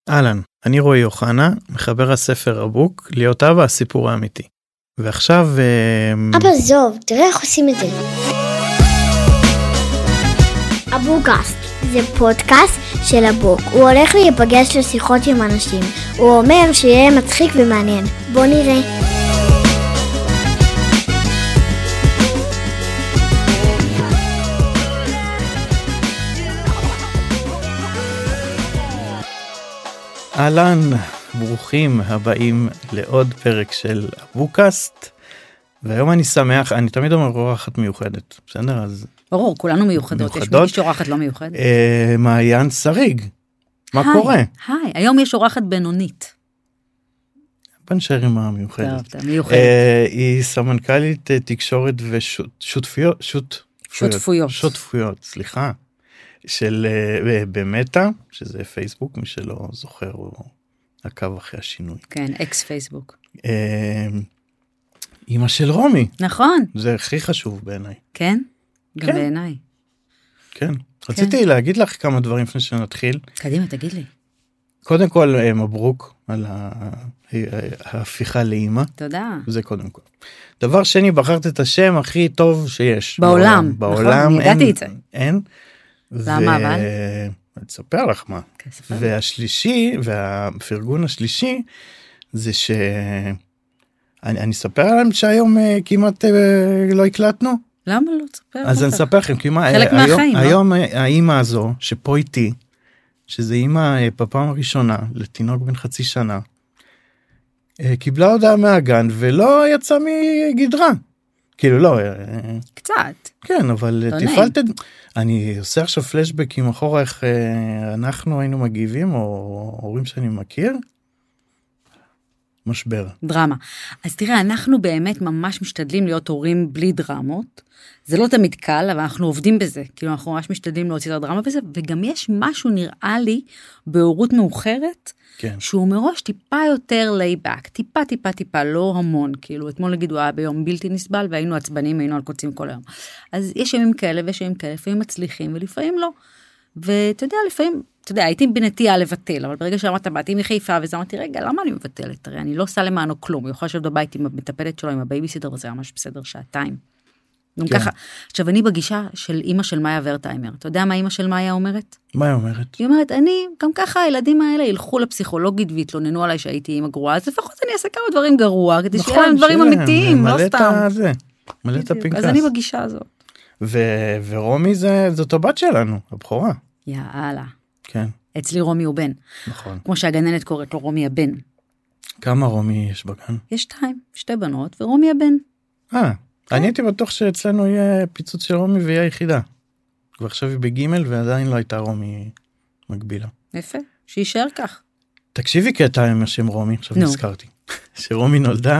אהלן, אני רועי אוחנה, מחבר הספר הבוק, להיות אבא, הסיפור האמיתי. ועכשיו... אבא זוב, תראה איך עושים את זה. אבוקאסט, זה פודקאסט של הבוק. הוא הולך להיפגש לשיחות עם אנשים. הוא אומר שיהיה מצחיק ומעניין. בוא נראה. אהלן, ברוכים הבאים לעוד פרק של אבוקאסט, והיום אני שמח, אני תמיד אומר אורחת מיוחדת, בסדר? אז... ברור, כולנו מיוחדות, יש מישהו אורחת לא מיוחדת. מעיין שריג, מה קורה? היי, היום יש אורחת בינונית. בנשר עם המיוחדת. טוב, מיוחדת. היא סמנכ"לית תקשורת ושותפויות, סליחה. של במטה, שזה פייסבוק, מי שלא זוכר, הוא עקב אחרי השינוי. כן, אקס פייסבוק. אמא של רומי. נכון. זה הכי חשוב בעיניי. כן? גם בעיניי. כן. רציתי להגיד לך כמה דברים לפני שנתחיל. קדימה, תגיד לי. קודם כל, מברוק על ההפיכה לאמא. תודה. זה קודם כל. דבר שני, בחרת את השם הכי טוב שיש. בעולם. נכון, ידעתי את זה. אין. למה אבל? אני אספר לך מה. והשלישי, והפרגון השלישי, זה אני אספר עליהם שהיום כמעט לא הקלטנו. למה לא תספר? אז אני אספר לכם, חלק מהחיים. היום האמא הזו, שפה איתי, שזה אמא בפעם הראשונה, לתינוק בן חצי שנה, קיבלה הודעה מהגן, ולא יצא מגדרה. כאילו לא. קצת. כן, אבל תפעלת... אני עושה עכשיו פלשבקים אחורה איך אנחנו היינו מגיבים, או הורים שאני מכיר. משבר. דרמה. אז תראה, אנחנו באמת ממש משתדלים להיות הורים בלי דרמות. זה לא תמיד קל, אבל אנחנו עובדים בזה. כאילו אנחנו ממש משתדלים להוציא את הדרמה בזה, וגם יש משהו נראה לי בהורות מאוחרת, כן. שהוא מראש טיפה יותר לייבק, טיפה, לא המון. כאילו אתמול נגיד הוא היה ביום בלתי נסבל, והיינו עצבנים, היינו על קוצים כל היום. אז יש ימים כאלה ויש ימים כאלה, לפעמים מצליחים ולפעמים לא. ואתה יודע, לפעמים, אתה יודע, הייתי בנטייה לבטל, אבל ברגע שאמרת, באתי מחיפה, וזה אמרתי, רגע, למה אני מבטלת? הרי אני לא עושה למענו כלום, הוא יכול לשבת בבית עם המטפלת שלו, עם הבייביסיטר, וזה ממש בסדר, שעתיים. גם ככה. עכשיו, אני בגישה של אמא של מאיה ורטהיימר. אתה יודע מה אמא של מאיה אומרת? מה היא אומרת? היא אומרת, גם ככה הילדים האלה ילכו לפסיכולוגית והתלוננו עליי שהייתי אמא גרועה, אז לפחות אני אעשה כמה דברים גרוע, כדי שיהיה להם דברים אמיתיים, לא סתם. מלא את הפנקס. אז אני בגישה הזאת. ורומי זאת הבת שלנו, הבכורה. יאללה. כן. אצלי רומי הוא בן. נכון. כמו שהגננת קוראת לו רומי הבן. כמה רומי יש בגן? יש 2 בנות ורומי הבן. אני הייתי בטוח שאצלנו יהיה פיצוץ של רומי ויהיה יחידה. ועכשיו היא בגימל ועדיין לא הייתה רומי מקבילה. יפה, שישאר כך. תקשיבי קטע עם השם רומי, עכשיו נזכרתי. שרומי נולדה,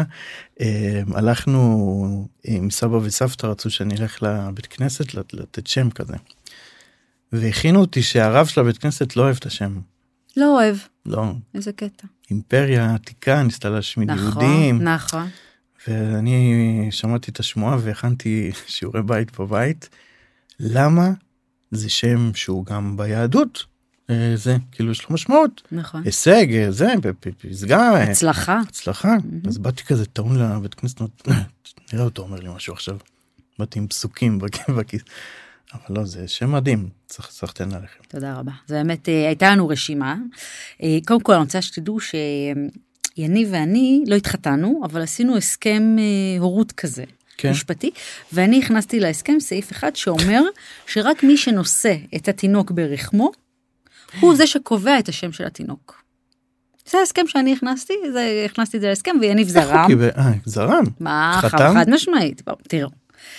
הלכנו עם סבא וסבתא, רצו שאני אלך לבית כנסת לתת שם כזה. והכינו אותי שהרב של הבית כנסת לא אוהב את השם. לא אוהב. לא. איזה קטע. אימפריה עתיקה, ניסתה להשמיד יהודים. נכון. ואני שמעתי את השמועה והכנתי שיעורי בית בבית. למה? זה שם שהוא גם ביהדות. זה, כאילו יש לו משמעות. נכון. הישג, זה, פסגה. הצלחה. אז באתי כזה טעון לבית כנסת, נראה אותו אומר לי משהו עכשיו. באתי עם פסוקים בכיס. אבל לא, זה שם מדהים, צריך לתן עליכם. תודה רבה. זה באמת, הייתה לנו רשימה. קודם כל, אני רוצה שתדעו שיניב ואני לא התחתנו, אבל עשינו הסכם הורות כזה, משפטי, ואני הכנסתי להסכם סעיף אחד שאומר שרק מי שנושא את התינוק ברחמו, הוא זה שקובע את השם של התינוק. זה ההסכם שאני הכנסתי את זה להסכם, ויניב זרם. זרם? מה? חד משמעית. תראו.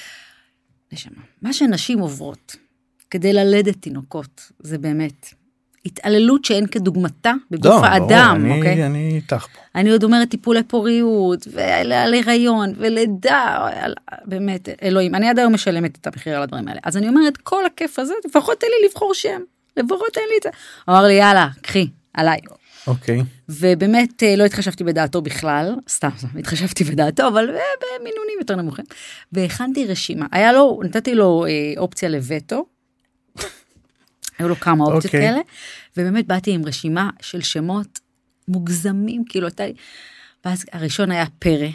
מה שנשים עוברות כדי ללדת תינוקות, זה באמת התעללות שאין כדוגמתה בגוף האדם, אוקיי? אני איתך פה. אני עוד אומרת טיפולי פוריות, ועל הריון, ולידה, באמת, אלוהים, אני עד היום משלמת את המחיר על הדברים האלה. אז אני אומרת, כל הכיף הזה, לפחות תן לי לבחור שם, לפחות תן לי את זה. אמר לי, יאללה, קחי, עליי. אוקיי. ובאמת לא התחשבתי בדעתו בכלל, סתם, התחשבתי בדעתו, אבל במינונים יותר נמוכים. והכנתי רשימה. נתתי לו אופציה לווטו, היו לו כמה אופציות כאלה, ובאמת באתי עם רשימה של שמות מוגזמים, כאילו, ואז הראשון היה פרא.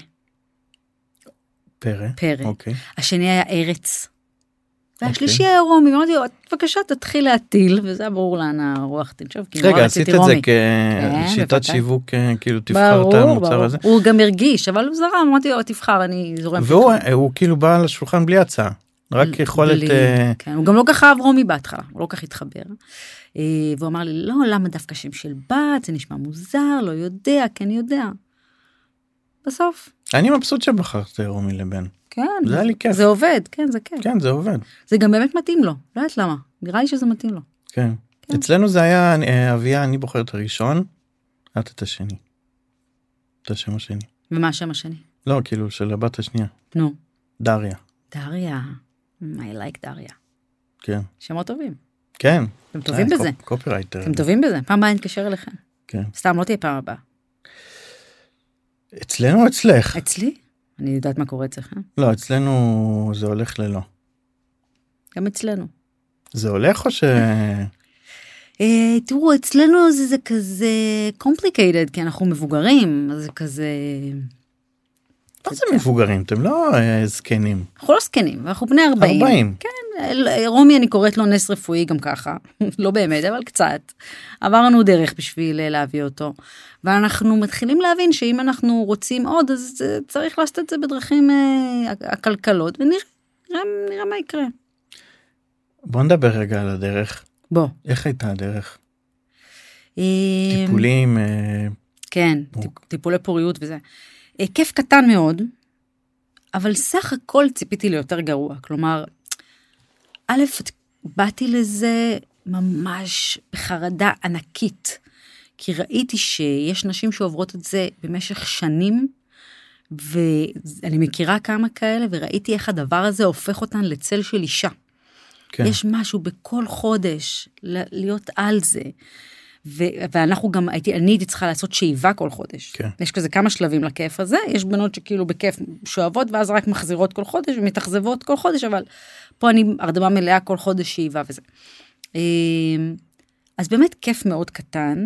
פרא. אוקיי. השני היה ארץ. והשלישי היה רומי, אמרתי, בבקשה תתחיל להטיל, וזה היה ברור לאן הרוח תנשוב. רגע, עשית את זה כשיטת שיווק, כאילו תבחר את המוצר הזה? הוא גם הרגיש, אבל הוא זרם, אמרתי לו, תבחר, אני זורם. והוא כאילו בא לשולחן בלי הצעה, רק יכולת... הוא גם לא ככה אהב רומי בהתחלה, הוא לא ככה התחבר. והוא אמר לי, לא, למה דווקא שם של בת, זה נשמע מוזר, לא יודע, כן יודע. בסוף. אני מבסוט שבחרת רומי לבן. כן, זה היה לי כיף. זה עובד, כן, זה כיף. כן, זה עובד. זה גם באמת מתאים לו, לא יודעת למה. נראה לי שזה מתאים לו. כן. אצלנו זה היה, אביה, אני בוחר את הראשון, את את השני. את השם השני. ומה השם השני? לא, כאילו, של הבת השנייה. נו. דריה. דריה. I like דריה. כן. שמות טובים. כן. אתם טובים בזה. קופירייטר. אתם טובים בזה. פעם הבאה נתקשר אליכם. כן. סתם, לא תהיה פעם הבאה. אצלנו או אצלך? אצלי? אני יודעת מה קורה אצלך. לא, אצלנו זה הולך ללא. גם אצלנו. זה הולך או ש... תראו, אצלנו זה כזה complicated, כי אנחנו מבוגרים, אז זה כזה... מה זה מבוגרים? אתם לא זקנים. אנחנו לא זקנים, אנחנו בני 40. 40. כן, רומי אני קוראת לו נס רפואי גם ככה, לא באמת, אבל קצת. עברנו דרך בשביל להביא אותו, ואנחנו מתחילים להבין שאם אנחנו רוצים עוד, אז צריך לעשות את זה בדרכים הכלכלות, ונראה מה יקרה. בוא נדבר רגע על הדרך. בוא. איך הייתה הדרך? טיפולים? כן, טיפולי פוריות וזה. כיף קטן מאוד, אבל סך הכל ציפיתי ליותר גרוע. כלומר, א', באתי לזה ממש בחרדה ענקית, כי ראיתי שיש נשים שעוברות את זה במשך שנים, ואני מכירה כמה כאלה, וראיתי איך הדבר הזה הופך אותן לצל של אישה. כן. יש משהו בכל חודש להיות על זה. ואנחנו גם, אני הייתי צריכה לעשות שאיבה כל חודש. כן. יש כזה כמה שלבים לכיף הזה, יש בנות שכאילו בכיף שואבות, ואז רק מחזירות כל חודש, ומתאכזבות כל חודש, אבל פה אני הרדמה מלאה כל חודש שאיבה וזה. אז באמת כיף מאוד קטן,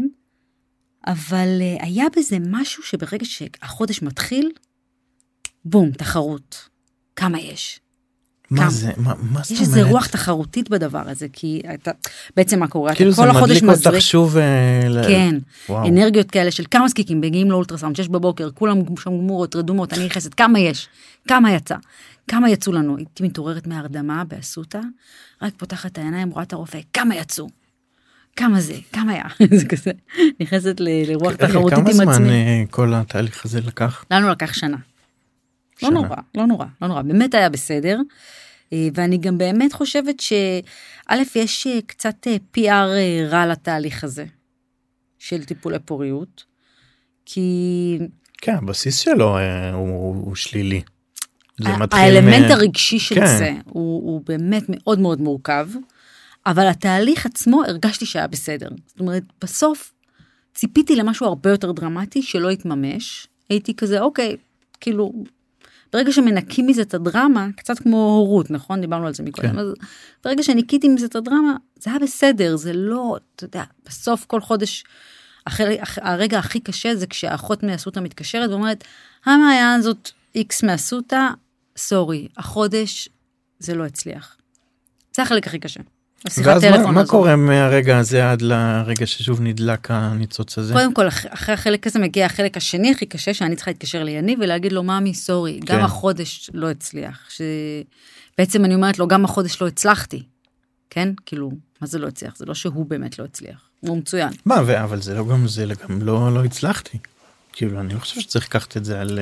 אבל היה בזה משהו שברגע שהחודש מתחיל, בום, תחרות. כמה יש? מה זה? מה זאת אומרת? יש איזו רוח תחרותית בדבר הזה, כי אתה, בעצם מה קורה? כאילו זה מדליק אותך שוב... כן, אנרגיות כאלה של כמה זקיקים, מגיעים לאולטרסאונד, 6 בבוקר, כולם שם גמורות, רדומות, אני נכנסת, כמה יש? כמה יצא? כמה יצאו לנו? הייתי מתעוררת מהרדמה באסותא, רק פותחת את העיניים, רואה את הרופא, כמה יצאו? כמה זה? כמה היה? זה כזה, נכנסת לרוח תחרותית עם עצמי. כמה זמן כל התהליך הזה לקח? לנו לקח שנה. לא נורא, לא נורא, לא נורא. באמת היה בסדר, ואני גם באמת חושבת שא' יש קצת PR רע לתהליך הזה, של טיפולי פוריות, כי... כן, הבסיס שלו הוא שלילי. האלמנט הרגשי של זה, הוא באמת מאוד מאוד מורכב, אבל התהליך עצמו הרגשתי שהיה בסדר. זאת אומרת, בסוף ציפיתי למשהו הרבה יותר דרמטי, שלא יתממש. הייתי כזה, אוקיי, כאילו... ברגע שמנקים מזה את הדרמה, קצת כמו הורות, נכון? דיברנו על זה מקודם. כן. אז ברגע שניקיתי מזה את הדרמה, זה היה בסדר, זה לא, אתה יודע, בסוף כל חודש, הרגע הכי קשה זה כשהאחות מאסותא מתקשרת, ואומרת, המעיין זאת איקס מאסותא, סורי, החודש זה לא הצליח. זה החלק הכי קשה. ואז מה קורה מהרגע הזה עד לרגע ששוב נדלק הניצוץ הזה? קודם כל, אחרי החלק הזה מגיע החלק השני הכי קשה, שאני צריכה להתקשר ליניב ולהגיד לו, מאמי, סורי, גם החודש לא הצליח. בעצם אני אומרת לו, גם החודש לא הצלחתי. כן? כאילו, מה זה לא הצליח? זה לא שהוא באמת לא הצליח. הוא מצוין. מה, אבל זה גם לא הצלחתי. כאילו, אני לא חושב שצריך לקחת את זה על...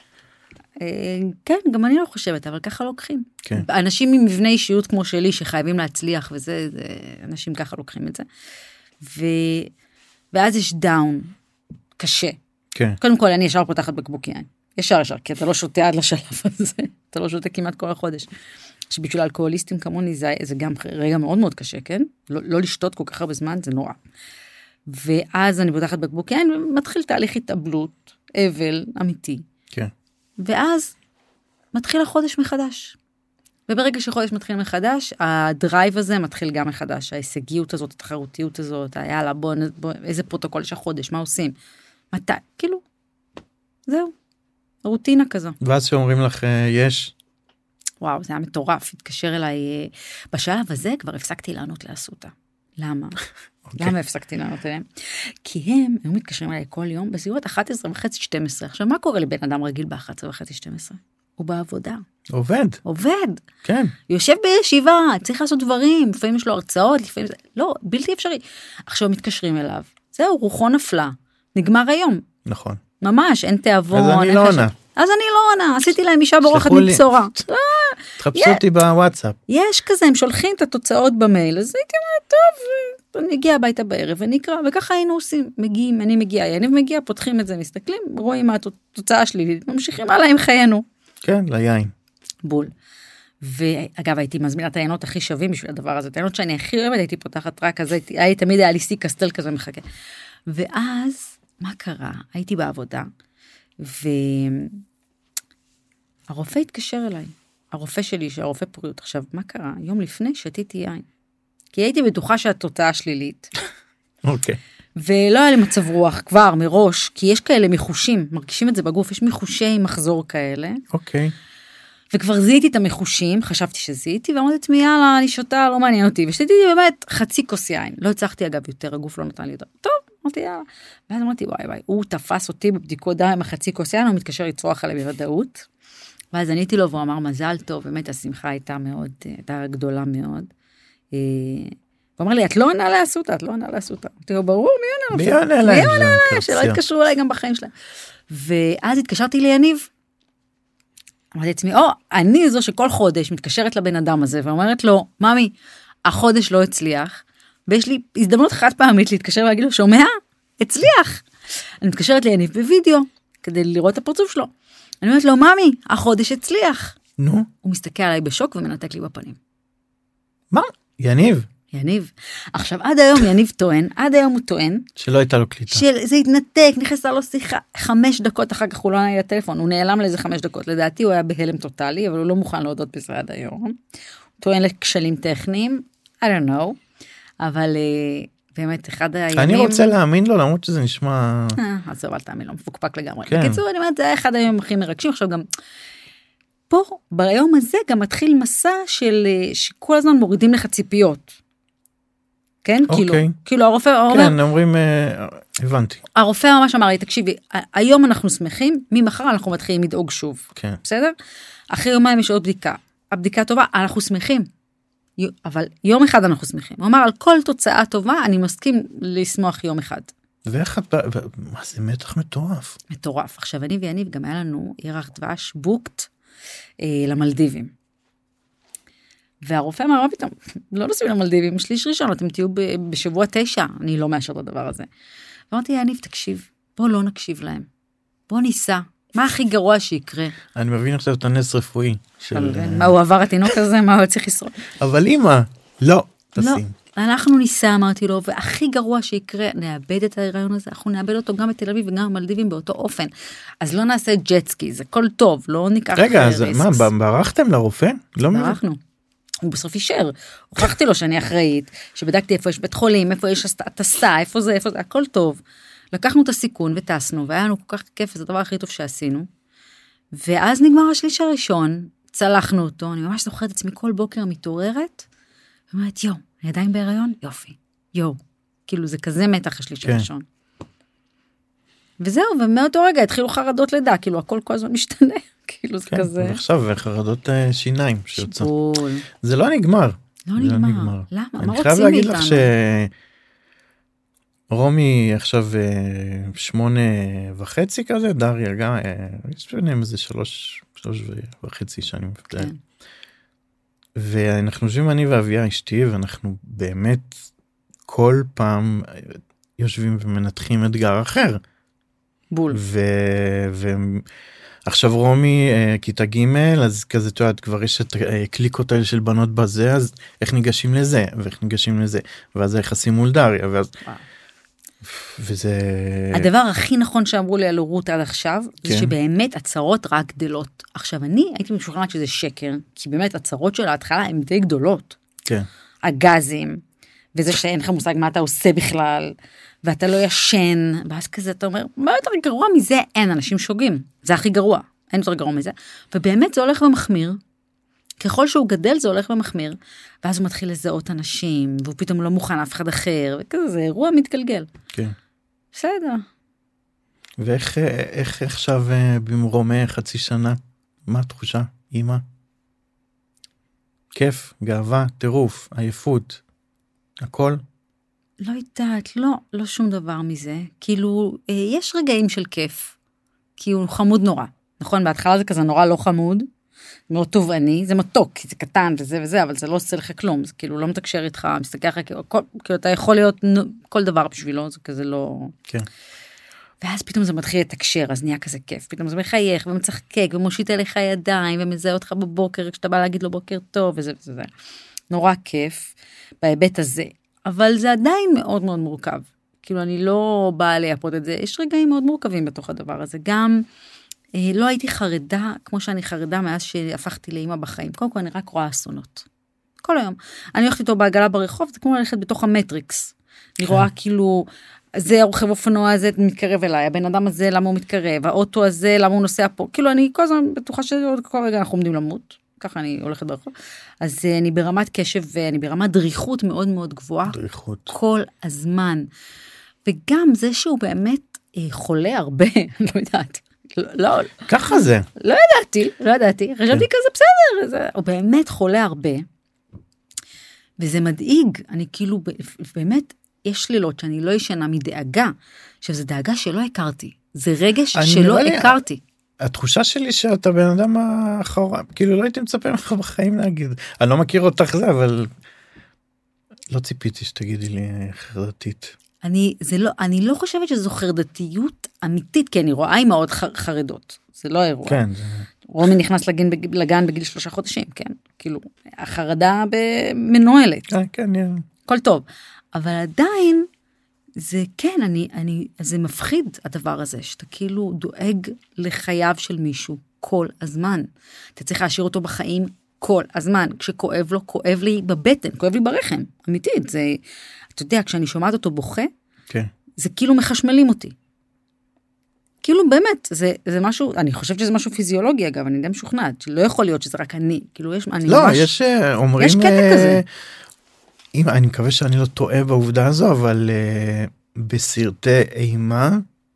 כן, גם אני לא חושבת, אבל ככה לוקחים. כן. אנשים עם מבנה אישיות כמו שלי, שחייבים להצליח, וזה, אנשים ככה לוקחים את זה. ואז יש דאון קשה. כן. קודם כל, אני ישר פותחת בקבוק יין. ישר, כי אתה לא שותה עד לשלב הזה. אתה לא שותה כמעט כל החודש. שבשביל אלכוהוליסטים כמוני, זה גם רגע מאוד מאוד קשה, כן? לא לשתות כל כך הרבה זמן, זה נורא. ואז אני פותחת בקבוק יין, ומתחיל תהליך התאבלות, אבל אמיתי. כן. ואז מתחיל החודש מחדש. וברגע שחודש מתחיל מחדש, הדרייב הזה מתחיל גם מחדש, ההישגיות הזאת, התחרותיות הזאת, יאללה, בוא, איזה פרוטוקול יש החודש, מה עושים? מתי? כאילו, זהו, רוטינה כזו. ואז שאומרים לך, יש? וואו, זה היה מטורף, התקשר אליי, בשלב הזה כבר הפסקתי לענות לאסותא. למה? למה הפסקתי לענות אליהם? כי הם היו מתקשרים אליי כל יום בסביבות 11:30-12. עכשיו, מה קורה לבן אדם רגיל ב-11:30-12? הוא בעבודה. עובד. כן. יושב בישיבה, צריך לעשות דברים, לפעמים יש לו הרצאות, לפעמים זה, לא, בלתי אפשרי. עכשיו מתקשרים אליו, זהו, רוחו נפלה, נגמר היום. נכון. ממש, אין תיאבון. אז אני לא עונה. עשיתי להם אישה בורחת מבשורה. תחפשו אותי בוואטסאפ. יש כזה, הם שולחים את התוצאות במייל, אז הייתי אומרת, טוב, אני אגיע הביתה בערב ונקרא, וככה היינו עושים, מגיעים, אני מגיעה, יניב מגיע, פותחים את זה, מסתכלים, רואים מה התוצאה שלי, ממשיכים הלאה עם חיינו. כן, ליין. בול. ואגב, הייתי מזמינה את העיינות הכי שווים בשביל הדבר הזה, את העיינות שאני הכי אוהבת, הייתי פותחת רק, אז תמיד היה לי סי קסטל כזה מחכה. ואז, מה קרה? הייתי בעבודה, והרופא התקשר אליי, הרופא שלי, שהרופא פוריות, עכשיו, מה קרה? יום לפני שתיתי יין. כי הייתי בטוחה שהתוצאה שלילית. אוקיי. ולא היה לי מצב רוח כבר מראש, כי יש כאלה מחושים, מרגישים את זה בגוף, יש מחושי מחזור כאלה. אוקיי. וכבר זיהיתי את המחושים, חשבתי שזיהיתי, ואמרתי לעצמי, יאללה, אני שותה, לא מעניין אותי, ושתיתי באמת חצי כוס יין. לא הצלחתי אגב יותר, הגוף לא נתן לי יותר. טוב, אמרתי, יאללה. ואז אמרתי, וואי, הוא תפס אותי בבדיקות דם עם החצי כוס יין, הוא מתקשר לצרוח עליי בוודאות. ואז עניתי לו, והוא אמר, מזל טוב, באמת השמחה הייתה גדולה מאוד. הוא אמר לי, את לא עונה לאסותא, אמרתי לו, ברור, מי עונה לה? שלא התקשרו אליי גם בחיים שלהם. ואז התקשרתי ליניב, אמרתי לעצמי, אני זו שכל חודש מתקשרת לבן אדם הזה, ואומרת לו, ממי, החודש לא הצליח, ויש לי הזדמנות חד פעמית להתקשר ולהגיד לו, שומע? הצליח. אני מתקשרת ליניב בווידאו, כדי לראות את הפרצוף שלו. אני אומרת לו, ממי, החודש הצליח. נו. הוא מסתכל עליי בשוק ומנתק לי בפנים. מה? יניב. עכשיו, עד היום הוא טוען, שלא הייתה לו קליטה. שזה התנתק, נכנסה לו שיחה, 5 דקות אחר כך הוא לא ענה לי לטלפון, הוא נעלם לאיזה 5 דקות, לדעתי הוא היה בהלם טוטלי, אבל הוא לא מוכן להודות בזה עד היום. הוא טוען לכשלים טכניים, I don't know, אבל באמת אחד הימים... אני רוצה להאמין לו, למרות שזה נשמע... אז אבל תאמין לו, מפוקפק לגמרי. בקיצור, אני אומרת, זה היה אחד הימים הכי מרגשים, עכשיו גם... פה, ביום הזה גם מתחיל מסע שכל הזמן מורידים לך ציפיות. כן? כאילו הרופא... כן, אומרים, הבנתי. הרופא ממש אמר לי, תקשיבי, היום אנחנו שמחים, ממחר אנחנו מתחילים לדאוג שוב. כן. בסדר? אחרי יומיים יש עוד בדיקה. הבדיקה טובה, אנחנו שמחים. אבל יום אחד אנחנו שמחים. הוא אמר, על כל תוצאה טובה, אני מסכים לשמוח יום אחד. ואיך את... מה זה מתח מטורף? מטורף. עכשיו, אני ויניב, גם היה לנו ירח דבש בוקט למלדיבים. והרופא אמר, מה פתאום? לא נוסעים למלדיבים, שליש ראשון, אתם תהיו בשבוע 9, אני לא מאשר את הדבר הזה. ואמרתי, יניב, תקשיב, בוא לא נקשיב להם. בוא ניסע. מה הכי גרוע שיקרה? אני מבין עכשיו את הנס רפואי. מה הוא עבר התינוק הזה? מה הוא צריך לשרוד? אבל אמא, לא, תשים. אנחנו ניסע, אמרתי לו, והכי גרוע שיקרה, נאבד את הרעיון הזה, אנחנו נאבד אותו גם בתל אביב וגם במלדיבים באותו אופן. אז לא נעשה ג'טסקי, זה כל טוב, לא ניקח ריסקס. רגע, אז מה, ברחתם לרופא? ברחנו. הוא בסוף אישר, הוכחתי לו שאני אחראית, שבדקתי איפה יש בית חולים, איפה יש הטסה, איפה זה, הכל טוב. לקחנו את הסיכון וטסנו, והיה לנו כל כך כיף, זה הדבר הכי טוב שעשינו. ואז נגמר השליש הראשון, צלחנו אותו, אני ממש זוכרת עצמי כל בוקר מתעוררת, ואומרת, אני עדיין בהיריון? יופי, כאילו זה כזה מתח השליש הראשון. וזהו, ומאותו רגע התחילו חרדות לידה, כאילו הכל כל הזמן משתנה, כאילו זה כזה. ועכשיו חרדות שיניים שיוצאות. זה לא נגמר. לא נגמר. למה? מה רוצים מאיתנו? אני חייב להגיד לך שרומי עכשיו 8.5 כזה, דריה גם, יש ביניהם איזה 3.5 שנים. ואנחנו יושבים אני ואביה אשתי, ואנחנו באמת כל פעם יושבים ומנתחים אתגר אחר. בול. עכשיו רומי כיתה ג' אז כזה את יודעת כבר יש את הקליקות האלה של בנות בזה, אז איך ניגשים לזה ואיך ניגשים לזה, ואז היחסים מול דריה, ואז וזה... הדבר הכי נכון שאמרו לי על הורות עד עכשיו, זה כן. שבאמת הצרות רק גדלות. עכשיו, אני הייתי משוכנעת שזה שקר, כי באמת הצרות של ההתחלה הן די גדולות. כן. הגזים, וזה שאין לך מושג מה אתה עושה בכלל, ואתה לא ישן, ואז כזה אתה אומר, מה יותר גרוע מזה? אין, אנשים שוגים. זה הכי גרוע. אין יותר גרוע מזה. ובאמת זה הולך ומחמיר. ככל שהוא גדל זה הולך ומחמיר, ואז הוא מתחיל לזהות אנשים, והוא פתאום לא מוכן אף אחד אחר, וכזה, זה אירוע מתגלגל. כן. בסדר. ואיך עכשיו במרומי חצי שנה? מה התחושה? אמא? כיף, גאווה, טירוף, עייפות, הכל? לא יודעת, לא שום דבר מזה. כאילו, יש רגעים של כיף, כי הוא חמוד נורא. נכון, בהתחלה זה כזה נורא לא חמוד, מאוד טובעני, זה מתוק, כי זה קטן וזה וזה, אבל זה לא עושה לך כלום, זה כאילו לא מתקשר איתך, מסתכל לך, כאילו אתה יכול להיות כל דבר בשבילו, זה כזה לא... כן. ואז פתאום זה מתחיל לתקשר, אז נהיה כזה כיף, פתאום זה מחייך ומצחקק ומושיט אליך ידיים ומזהה אותך בבוקר, כשאתה בא להגיד לו בוקר טוב וזה וזה. נורא כיף בהיבט הזה, אבל זה עדיין מאוד מאוד מורכב. כאילו אני לא באה לייפות את זה, יש רגעים מאוד מורכבים בתוך הדבר הזה, גם לא הייתי חרדה, כמו שאני חרדה מאז שהפכתי לאמא בחיים. קודם כל אני רק רואה אסונות. כל היום. אני הולכת איתו בעגלה ברחוב, זה כמו ללכת בתוך המטריקס. אני רואה כאילו, זה הרוכב אופנוע הזה מתקרב אליי, הבן אדם הזה למה הוא מתקרב, האוטו הזה למה הוא נוסע פה. כאילו אני כל הזמן בטוחה שכל רגע אנחנו עומדים למות. ככה אני הולכת ברחוב. אז אני ברמת קשב ואני ברמת דריכות מאוד מאוד גבוהה. דריכות. כל הזמן. וגם זה שהוא באמת חולה הרבה, אני לא יודעת. לא, ככה זה. לא ידעתי, חשבתי כזה בסדר, הוא באמת חולה הרבה, וזה מדאיג, אני כאילו, באמת, יש לילות שאני לא ישנה מדאגה, שזה דאגה שלא הכרתי, זה רגש שלא הכרתי. התחושה שלי שאתה בן אדם האחרון, כאילו לא הייתי מצפה לך בחיים להגיד, אני לא מכיר אותך זה, אבל לא ציפיתי שתגידי לי חרדתית. אני לא חושבת שזו חרדתיות אמיתית, כי אני רואה אימהות חרדות. זה לא אירוע. כן. רומי נכנס לגן בגיל 3 חודשים, כן? כאילו, החרדה מנוהלת. כן. כל טוב. אבל עדיין, זה כן, זה מפחיד הדבר הזה, שאתה כאילו דואג לחייו של מישהו כל הזמן. אתה צריך להשאיר אותו בחיים כל הזמן. כשכואב לו, כואב לי בבטן, כואב לי ברחם. אמיתית, זה... אתה יודע, כשאני שומעת אותו בוכה, כן. זה כאילו מחשמלים אותי. כאילו באמת, זה משהו, אני חושבת שזה משהו פיזיולוגי, אגב, אני די משוכנעת, שלא יכול להיות שזה רק אני, כאילו יש, אני לא, ממש... יש, אומרים... יש קטע כזה. אני מקווה שאני לא טועה בעובדה הזו, אבל בסרטי אימה,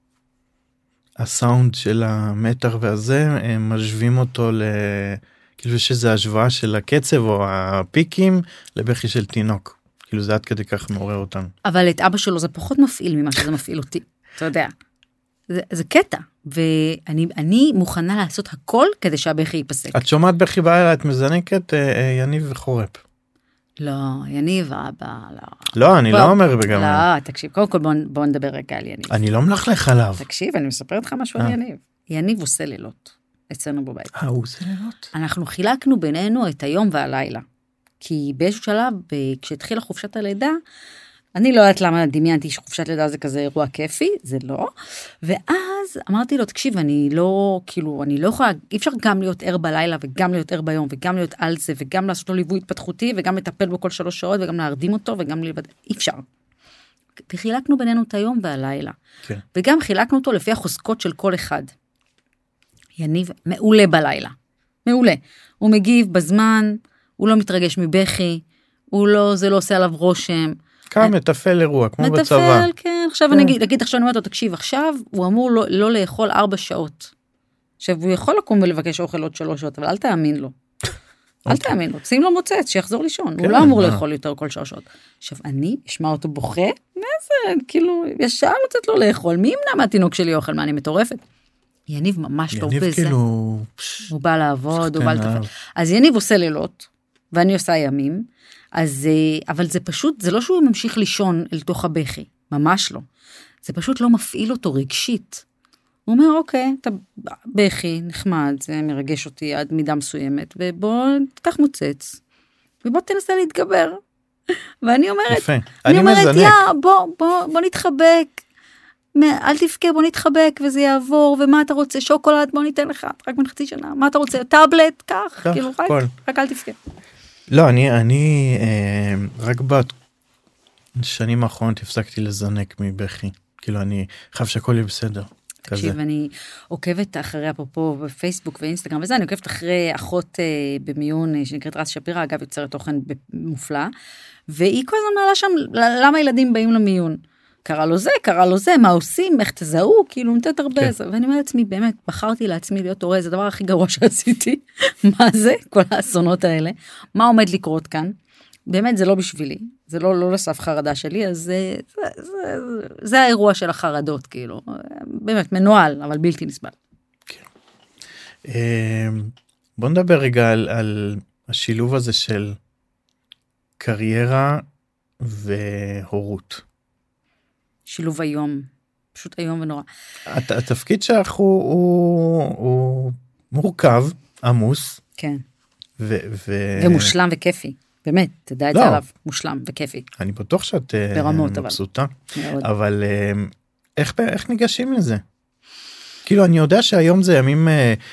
הסאונד של המטר והזה, הם משווים אותו כאילו שזה השוואה של הקצב או הפיקים, לבכי של תינוק. כאילו זה עד כדי כך מעורר אותנו. אבל את אבא שלו זה פחות מפעיל ממה שזה מפעיל אותי. אתה יודע. זה קטע. ואני מוכנה לעשות הכל כדי שהבכי ייפסק. את שומעת בכי בעיה, את מזנקת יניב וחורף. לא, יניב אבא, לא. לא, אני לא אומר בגם. לא, תקשיב, קודם כל בוא נדבר רגע על יניב. אני לא מלכלך עליו. תקשיב, אני מספר לך משהו על יניב. יניב עושה לילות. אצלנו בבית. הוא עושה לילות? אנחנו חילקנו בינינו את היום והלילה. כי באיזשהו שלב, כשהתחילה חופשת הלידה, אני לא יודעת למה דמיינתי שחופשת לידה זה כזה אירוע כיפי, זה לא. ואז אמרתי לו, תקשיב, אני לא יכולה, אי אפשר גם להיות ער בלילה, וגם להיות ער ביום, וגם להיות על זה, וגם לעשות לו ליווי התפתחותי, וגם לטפל בו כל 3 שעות, וגם להרדים אותו, וגם ללבד, אי אפשר. וחילקנו בינינו את היום והלילה. כן. וגם חילקנו אותו לפי החוזקות של כל אחד. יניב מעולה בלילה. מעולה. הוא מגיב בזמן, הוא לא מתרגש מבכי, זה לא עושה עליו רושם. כמה מתפעל אירוע, כמו בצבא. מתפעל, כן. עכשיו אני אגיד, עכשיו אני אומרת לו, תקשיב, עכשיו הוא אמור לא לאכול 4 שעות. עכשיו הוא יכול לקום ולבקש אוכל עוד 3 שעות, אבל אל תאמין לו. אל תאמין לו, שים לו מוצץ, שיחזור לישון. הוא לא אמור לאכול יותר כל 3 שעות. עכשיו אני אשמע אותו בוכה, כאילו, יש שעה לתת לו לאכול. מי ימנע מהתינוק שלי אוכל? מה, אני מטורפת? יניב ממש לא בזה. יניב כאילו... הוא בא לעבוד, הוא בא לטפל. אז יניב עושה לילות, ואני עושה ימים, אבל זה פשוט, זה לא שהוא ממשיך לישון אל תוך הבכי, ממש לא. זה פשוט לא מפעיל אותו רגשית. הוא אומר, אוקיי, אתה בכי, נחמד, זה מרגש אותי עד מידה מסוימת, ובוא תקח מוצץ, ובוא תנסה להתגבר. ואני אומרת, יפה. אני אומרת, מזנק. בוא נתחבק, אל תבכה, בוא נתחבק וזה יעבור, ומה אתה רוצה, שוקולד, בוא ניתן לך, רק בין חצי שנה, מה אתה רוצה, טאבלט, כך, כאילו, רק אל תבכה. לא, אני רק בשנים האחרונות הפסקתי לזנק מבכי, כאילו אני חייב שהכל יהיה בסדר. תקשיב, אני עוקבת אחרי, אפרופו בפייסבוק ואינסטגרם וזה, אני עוקבת אחרי אחות במיון שנקראת רז שפירא, אגב יוצרת תוכן מופלא, והיא כל הזמן מעלה שם, למה ילדים באים למיון? קרה לו זה, מה עושים, איך תזהו, כאילו נתת הרבה זה, ואני אומרת לעצמי, באמת, בחרתי לעצמי להיות הורה, זה הדבר הכי גרוע שעשיתי, מה זה, כל האסונות האלה, מה עומד לקרות כאן, באמת זה לא בשבילי, זה לא לסף חרדה שלי, אז זה האירוע של החרדות, כאילו, באמת מנוהל, אבל בלתי נסבל. בוא נדבר רגע על השילוב הזה של קריירה והורות. שילוב היום, פשוט היום ונורא. התפקיד שלך הוא מורכב, עמוס. כן. ומושלם וכיפי. באמת, תדע את זה עליו, מושלם וכיפי. אני בטוח שאת מבסוטה. מאוד. אבל איך ניגשים לזה? כאילו, אני יודע שהיום זה ימים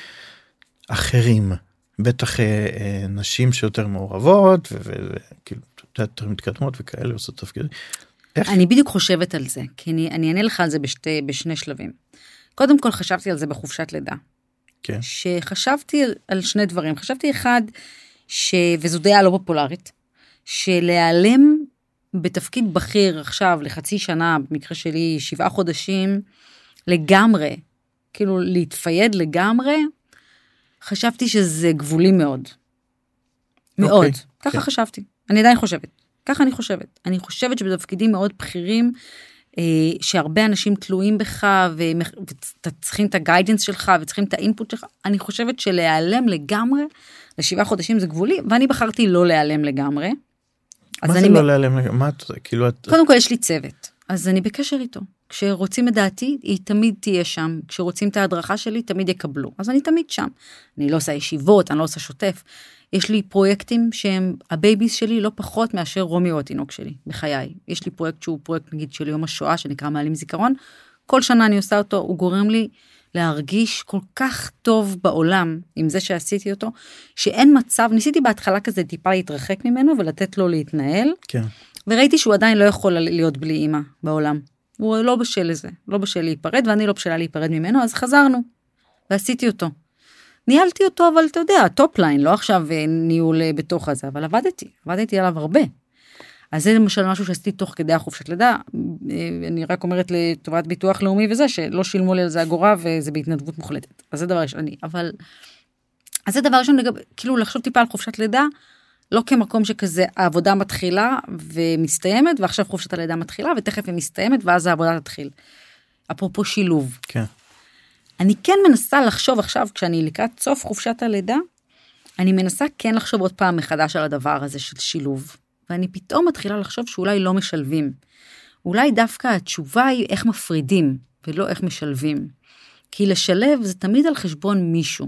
אחרים. בטח נשים שיותר מעורבות, וכאילו, יותר מתקדמות וכאלה, עושות תפקיד. אני בדיוק חושבת על זה, כי אני אענה לך על זה בשני שלבים. קודם כל חשבתי על זה בחופשת לידה. כן. שחשבתי על שני דברים. חשבתי אחד, וזו דעה לא פופולרית, שלהיעלם בתפקיד בכיר עכשיו לחצי שנה, במקרה שלי 7 חודשים, לגמרי, כאילו להתפייד לגמרי, חשבתי שזה גבולי מאוד. מאוד. ככה חשבתי. אני עדיין חושבת. ככה אני חושבת. אני חושבת שבתפקידים מאוד בכירים, שהרבה אנשים תלויים בך, וצריכים את הגיידנס שלך, וצריכים את האינפוט שלך, אני חושבת שלהיעלם לגמרי, ל7 חודשים זה גבולי, ואני בחרתי לא להיעלם לגמרי. מה זה לא להיעלם לגמרי? קודם כל יש לי צוות, אז אני בקשר איתו. כשרוצים את דעתי, היא תמיד תהיה שם. כשרוצים את ההדרכה שלי, תמיד יקבלו. אז אני תמיד שם. אני לא עושה ישיבות, אני לא עושה שוטף. יש לי פרויקטים שהם הבייביס שלי לא פחות מאשר רומי או התינוק שלי, בחיי. יש לי פרויקט שהוא פרויקט נגיד של יום השואה, שנקרא מעלים זיכרון. כל שנה אני עושה אותו, הוא גורם לי להרגיש כל כך טוב בעולם, עם זה שעשיתי אותו, שאין מצב, ניסיתי בהתחלה כזה טיפה להתרחק ממנו, ולתת לו להתנהל. כן. וראיתי שהוא עדיין לא יכול להיות בלי אמא בעולם. הוא לא בשל לזה, לא בשל להיפרד, ואני לא בשלה להיפרד ממנו, אז חזרנו, ועשיתי אותו. ניהלתי אותו, אבל אתה יודע, טופליין, לא עכשיו ניהול בתוך הזה, אבל עבדתי עליו הרבה. אז זה למשל משהו שעשיתי תוך כדי החופשת לידה, אני רק אומרת לטובת ביטוח לאומי וזה, שלא שילמו לי על זה אגורה, וזה בהתנדבות מוחלטת. אז זה דבר ראשון, אז זה דבר ראשון, כאילו לחשוב טיפה על חופשת לידה, לא כמקום שכזה העבודה מתחילה ומסתיימת, ועכשיו חופשת הלידה מתחילה, ותכף היא מסתיימת, ואז העבודה תתחיל. אפרופו שילוב. כן. אני כן מנסה לחשוב עכשיו, כשאני לקראת סוף חופשת הלידה, אני מנסה כן לחשוב עוד פעם מחדש על הדבר הזה של שילוב. ואני פתאום מתחילה לחשוב שאולי לא משלבים. אולי דווקא התשובה היא איך מפרידים, ולא איך משלבים. כי לשלב זה תמיד על חשבון מישהו.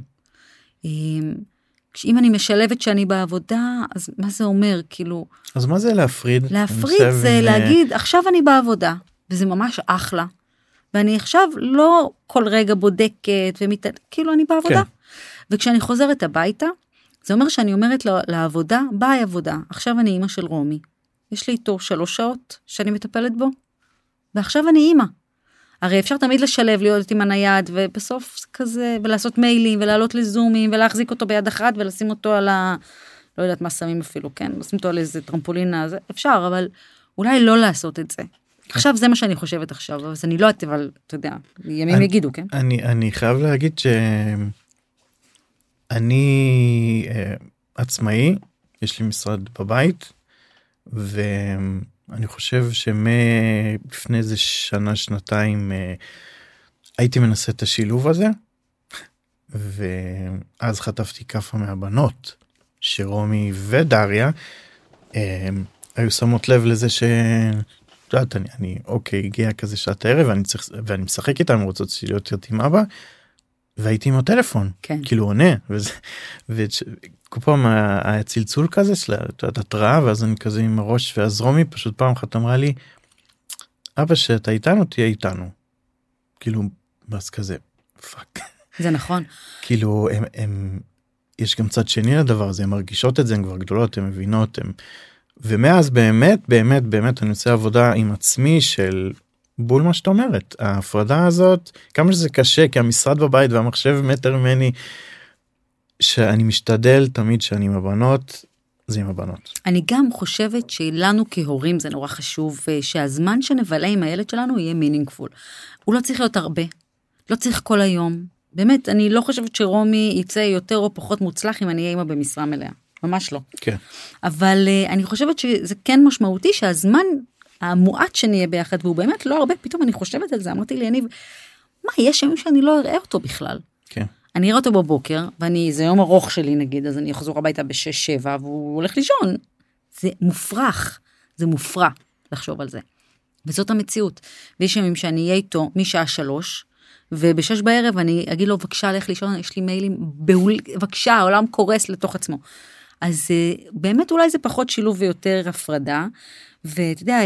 אם אני משלבת שאני בעבודה, אז מה זה אומר? כאילו... אז מה זה להפריד? להפריד זה להגיד, עכשיו אני בעבודה, וזה ממש אחלה. ואני עכשיו לא כל רגע בודקת, כאילו אני בעבודה. כן. וכשאני חוזרת הביתה, זה אומר שאני אומרת לעבודה, ביי עבודה, עכשיו אני אימא של רומי. יש לי איתו 3 שעות שאני מטפלת בו, ועכשיו אני אימא. הרי אפשר תמיד לשלב, להיות עם הנייד, ובסוף כזה, ולעשות מיילים, ולעלות לזומים, ולהחזיק אותו ביד אחת, ולשים אותו על לא יודעת מה שמים אפילו, כן? לשים אותו על איזה טרמפולינה, אפשר, אבל אולי לא לעשות את זה. עכשיו זה מה שאני חושבת עכשיו, אז אני לא יודעת, אבל אתה יודע, ימים יגידו, כן? אני חייב להגיד שאני עצמאי, יש לי משרד בבית, ואני חושב שמלפני איזה שנה, שנתיים, הייתי מנסה את השילוב הזה, ואז חטפתי כפה מהבנות, שרומי ודריה, היו שמות לב לזה אני אוקיי, הגיע כזה שעת הערב, ואני משחק איתם, רוצות להיות עם אבא, והייתי עם הטלפון, כן. כאילו עונה, וכל פעם היה צלצול כזה של התראה, ואז אני כזה עם הראש, ואז רומי פשוט פעם אחת אמרה לי, אבא שאתה איתנו, תהיה איתנו. כאילו, אז כזה, פאק. זה נכון. כאילו, יש גם צד שני לדבר הזה, הן מרגישות את זה, הן כבר גדולות, הן מבינות, ומאז באמת, אני עושה עבודה עם עצמי של בול מה שאת אומרת. ההפרדה הזאת, כמה שזה קשה, כי המשרד בבית והמחשב מטר ממני, שאני משתדל תמיד שאני עם הבנות, זה עם הבנות. אני גם חושבת שלנו כהורים זה נורא חשוב, שהזמן שנבלה עם הילד שלנו יהיה meaningful. הוא לא צריך להיות הרבה, לא צריך כל היום. באמת, אני לא חושבת שרומי יצא יותר או פחות מוצלח אם אני אהיה אימא במשרה מלאה. ממש לא. כן. אבל אני חושבת שזה כן משמעותי שהזמן המועט שנהיה ביחד, והוא באמת לא הרבה, פתאום אני חושבת על זה, אמרתי לי, מה, יש ימים שאני לא אראה אותו בכלל. כן. אני אראה אותו בבוקר, זה יום ארוך שלי נגיד, אז אני אחזור הביתה ב6-7, והוא הולך לישון. זה מופרך, זה מופרע לחשוב על זה. וזאת המציאות. ויש ימים שאני אהיה איתו משעה 3, וב6 בערב אני אגיד לו, בבקשה, לך לישון, יש לי מיילים, בבקשה, העולם קורס לתוך עצמו. אז באמת אולי זה פחות שילוב ויותר הפרדה, ואתה יודע,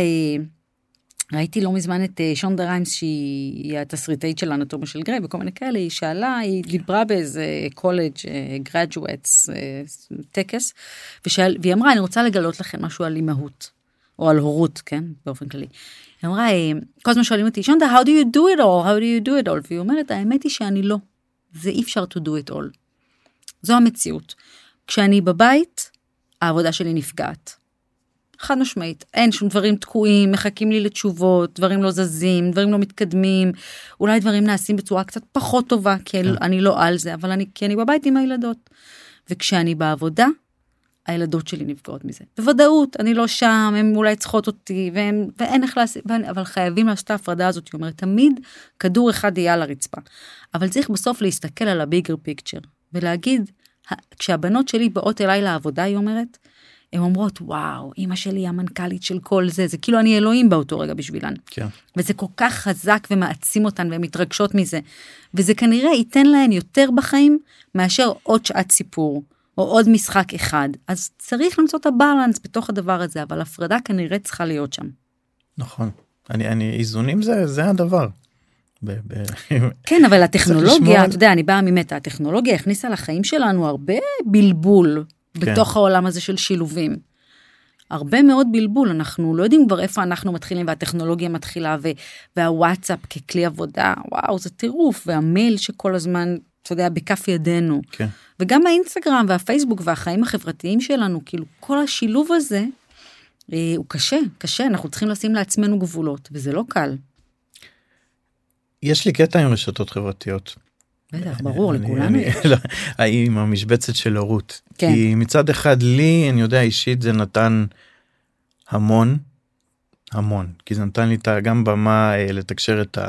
ראיתי לא מזמן את שונדה ריימס, שהיא התסריטאית של האנטומיה של גריי, וכל מיני כאלה, היא שאלה, היא דיברה באיזה קולג' גרדואטס, טקס, והיא אמרה, אני רוצה לגלות לכם משהו על אימהות, או על הורות, כן, באופן כללי. היא אמרה, כל הזמן שואלים אותי, שונדה, how do you do it all? How do you do it all? והיא אומרת, האמת היא שאני לא. זה אי אפשר to do it all. זו המציאות. כשאני בבית, העבודה שלי נפגעת. חד משמעית. אין שום דברים תקועים, מחכים לי לתשובות, דברים לא זזים, דברים לא מתקדמים, אולי דברים נעשים בצורה קצת פחות טובה, כי אני לא על זה, אבל כי אני בבית עם הילדות. וכשאני בעבודה, הילדות שלי נפגעות מזה. בוודאות, אני לא שם, הם אולי צריכות אותי, ואין איך לעשות, אבל חייבים לעשות את ההפרדה הזאת, היא אומרת, תמיד כדור אחד יהיה על הרצפה. אבל צריך בסוף להסתכל על הביגר פיקצ'ר, ולהגיד, כשהבנות שלי באות אליי לעבודה, היא אומרת, הן אומרות, וואו, אמא שלי המנכ"לית של כל זה, זה כאילו אני אלוהים באותו רגע בשבילן. כן. וזה כל כך חזק ומעצים אותן, והן מתרגשות מזה. וזה כנראה ייתן להן יותר בחיים, מאשר עוד שעת סיפור, או עוד משחק אחד. אז צריך למצוא את הבאלנס בתוך הדבר הזה, אבל הפרדה כנראה צריכה להיות שם. נכון. איזונים זה הדבר. כן, אבל הטכנולוגיה, אתה יודע, אני באה ממטה, הטכנולוגיה הכניסה לחיים שלנו הרבה בלבול, בתוך העולם הזה של שילובים. הרבה מאוד בלבול, אנחנו לא יודעים כבר איפה אנחנו מתחילים, והטכנולוגיה מתחילה, והוואטסאפ ככלי עבודה, וואו, זה טירוף, והמייל שכל הזמן, אתה יודע, בכף ידינו. כן. וגם האינסטגרם והפייסבוק והחיים החברתיים שלנו, כאילו כל השילוב הזה, הוא קשה, אנחנו צריכים לשים לעצמנו גבולות, וזה לא קל. יש לי קטע עם רשתות חברתיות. בטח, ברור, לכולנו. עם המשבצת של הורות. כן. כי מצד אחד לי, אני יודע, אישית זה נתן המון, כי זה נתן לי גם במה לתקשר את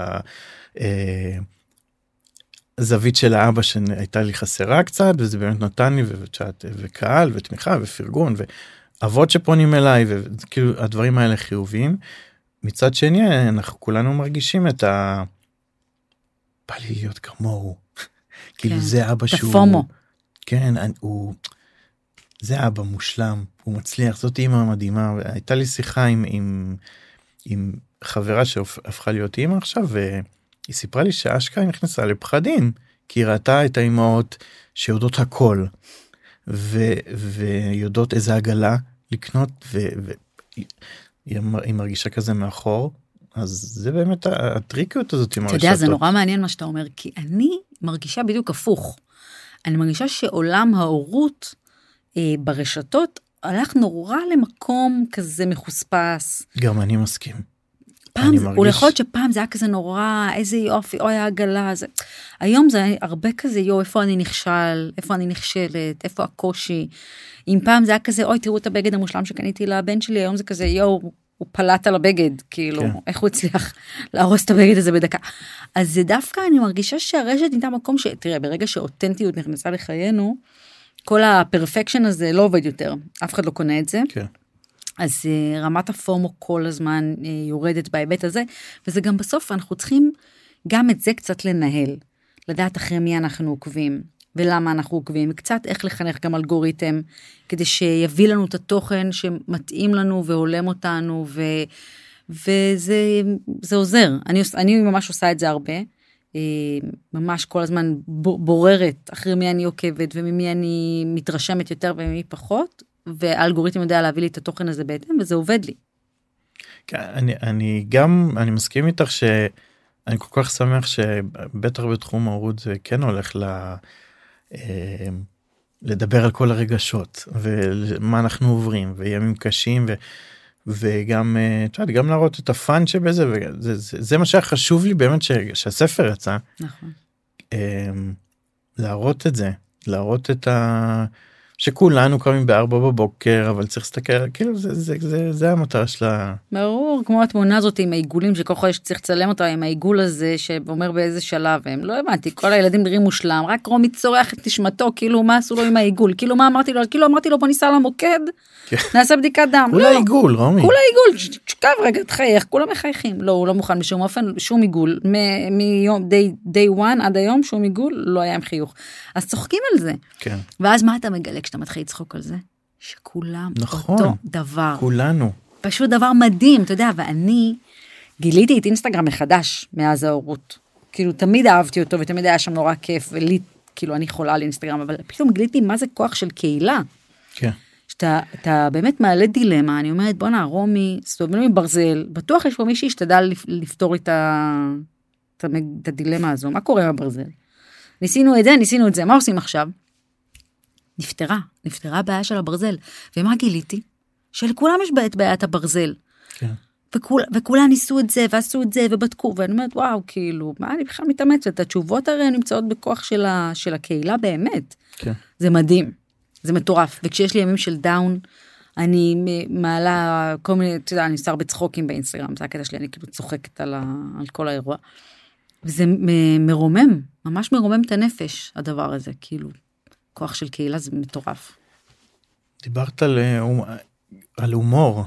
הזווית של האבא שהייתה לי חסרה קצת, וזה באמת נתן לי, וקהל, ותמיכה, ופרגון, ואבות שפונים אליי, וכאילו הדברים האלה חיוביים. מצד שני, אנחנו כולנו מרגישים את בא לי להיות כמוהו. כאילו זה אבא שהוא... תפומו. כן, זה אבא מושלם, הוא מצליח, זאת אימא מדהימה. הייתה לי שיחה עם חברה שהפכה להיות אימא עכשיו, והיא סיפרה לי שהאשכרה נכנסה לפחדים, כי היא ראתה את האימהות שיודעות הכל, ויודעות איזה עגלה לקנות, והיא מרגישה כזה מאחור. אז זה באמת הטריקיות הזאת עם הרשתות. אתה יודע, זה נורא מעניין מה שאתה אומר, כי אני מרגישה בדיוק הפוך. אני מרגישה שעולם ההורות ברשתות הלך נורא למקום כזה מחוספס. גם אני מסכים. פעם, הוא יכול להיות שפעם זה היה כזה נורא, איזה יופי, אוי העגלה, זה. היום זה הרבה כזה, איפה אני נכשל, איפה אני נכשלת, איפה הקושי. אם פעם זה היה כזה, אוי, תראו את הבגד המושלם שקניתי לבן שלי, היום זה כזה, הוא פלט על הבגד, כאילו, כן. איך הוא הצליח להרוס את הבגד הזה בדקה. אז זה דווקא, אני מרגישה שהרשת ניתה מקום תראה, ברגע שאותנטיות נכנסה לחיינו, כל הפרפקשן הזה לא עובד יותר, אף אחד לא קונה את זה. כן. אז רמת הפורמו כל הזמן יורדת בהיבט הזה, וזה גם בסוף, אנחנו צריכים גם את זה קצת לנהל. לדעת אחרי מי אנחנו עוקבים, ולמה אנחנו עוקבים, וקצת איך לחנך גם אלגוריתם, כדי שיביא לנו את התוכן שמתאים לנו והולם אותנו, וזה עוזר. אני ממש עושה את זה הרבה, ממש כל הזמן בוררת אחרי מי אני עוקבת, וממי אני מתרשמת יותר וממי פחות, והאלגוריתם יודע להביא לי את התוכן הזה בהתאם, וזה עובד לי. אני מסכים איתך שאני כל כך שמח שבטח בתחום ההורות זה כן הולך לדבר על כל הרגשות, ומה אנחנו עוברים, וימים קשים, וגם להראות את הפאן שבזה, וזה מה שהיה חשוב לי באמת שהספר יצא. נכון. להראות את זה, להראות את שכולנו קמים ב4 בבוקר, אבל צריך להסתכל, כאילו זה המטרה שלה. ברור, כמו התמונה הזאת עם העיגולים, שכל חודש צריך לצלם אותה עם העיגול הזה, שאומר באיזה שלב, הם לא הבנתי, כל הילדים נראים מושלם, רק רומי צורח את נשמתו, כאילו מה עשו לו עם העיגול, כאילו מה אמרתי לו, כאילו אמרתי לו בוא ניסע למוקד, נעשה בדיקת דם. כולה עיגול, רומי. כולה עיגול, שכב רגע, תחייך, כולם מחייכים. לא, הוא לא מוכן בשום אופן, שום עיגול. מיום, day one עד היום, שום עיגול, לא היה עם חיוך. אז צוחקים על זה. כן. ואז מה אתה מגלה כשאתה מתחיל לצחוק על זה? שכולם אותו דבר. כולנו. פשוט דבר מדהים, אתה יודע, ואני גיליתי את אינסטגרם מחדש מאז ההורות. כאילו, תמיד אהבתי אותו, ותמיד היה שם נורא כיף, ולי, כאילו, אני חולה על אינסטגרם, אבל פתאום גיליתי מה זה כוח של קהילה. כן. שאתה באמת מעלה דילמה, אני אומרת, בוא נערומי, סובלנו מברזל, בטוח יש פה מי שישתדל לפתור את הדילמה הזו, מה קורה עם הברזל? ניסינו את זה, מה עושים עכשיו? נפתרה הבעיה של הברזל, ומה גיליתי? שלכולם יש את בעיית הברזל. כן. וכולם ניסו את זה, ועשו את זה, ובדקו, ואני אומרת, וואו, כאילו, מה אני בכלל מתאמצת? התשובות הרי נמצאות בכוח של הקהילה באמת. כן. זה מדהים. זה מטורף, וכשיש לי ימים של דאון, אני מעלה כל מיני, אתה יודע, אני עושה הרבה צחוקים באינסטגרם, זה הקטע שלי, אני כאילו צוחקת על כל האירוע, וזה מרומם, ממש מרומם את הנפש, הדבר הזה, כאילו, כוח של קהילה זה מטורף. דיברת על הומור,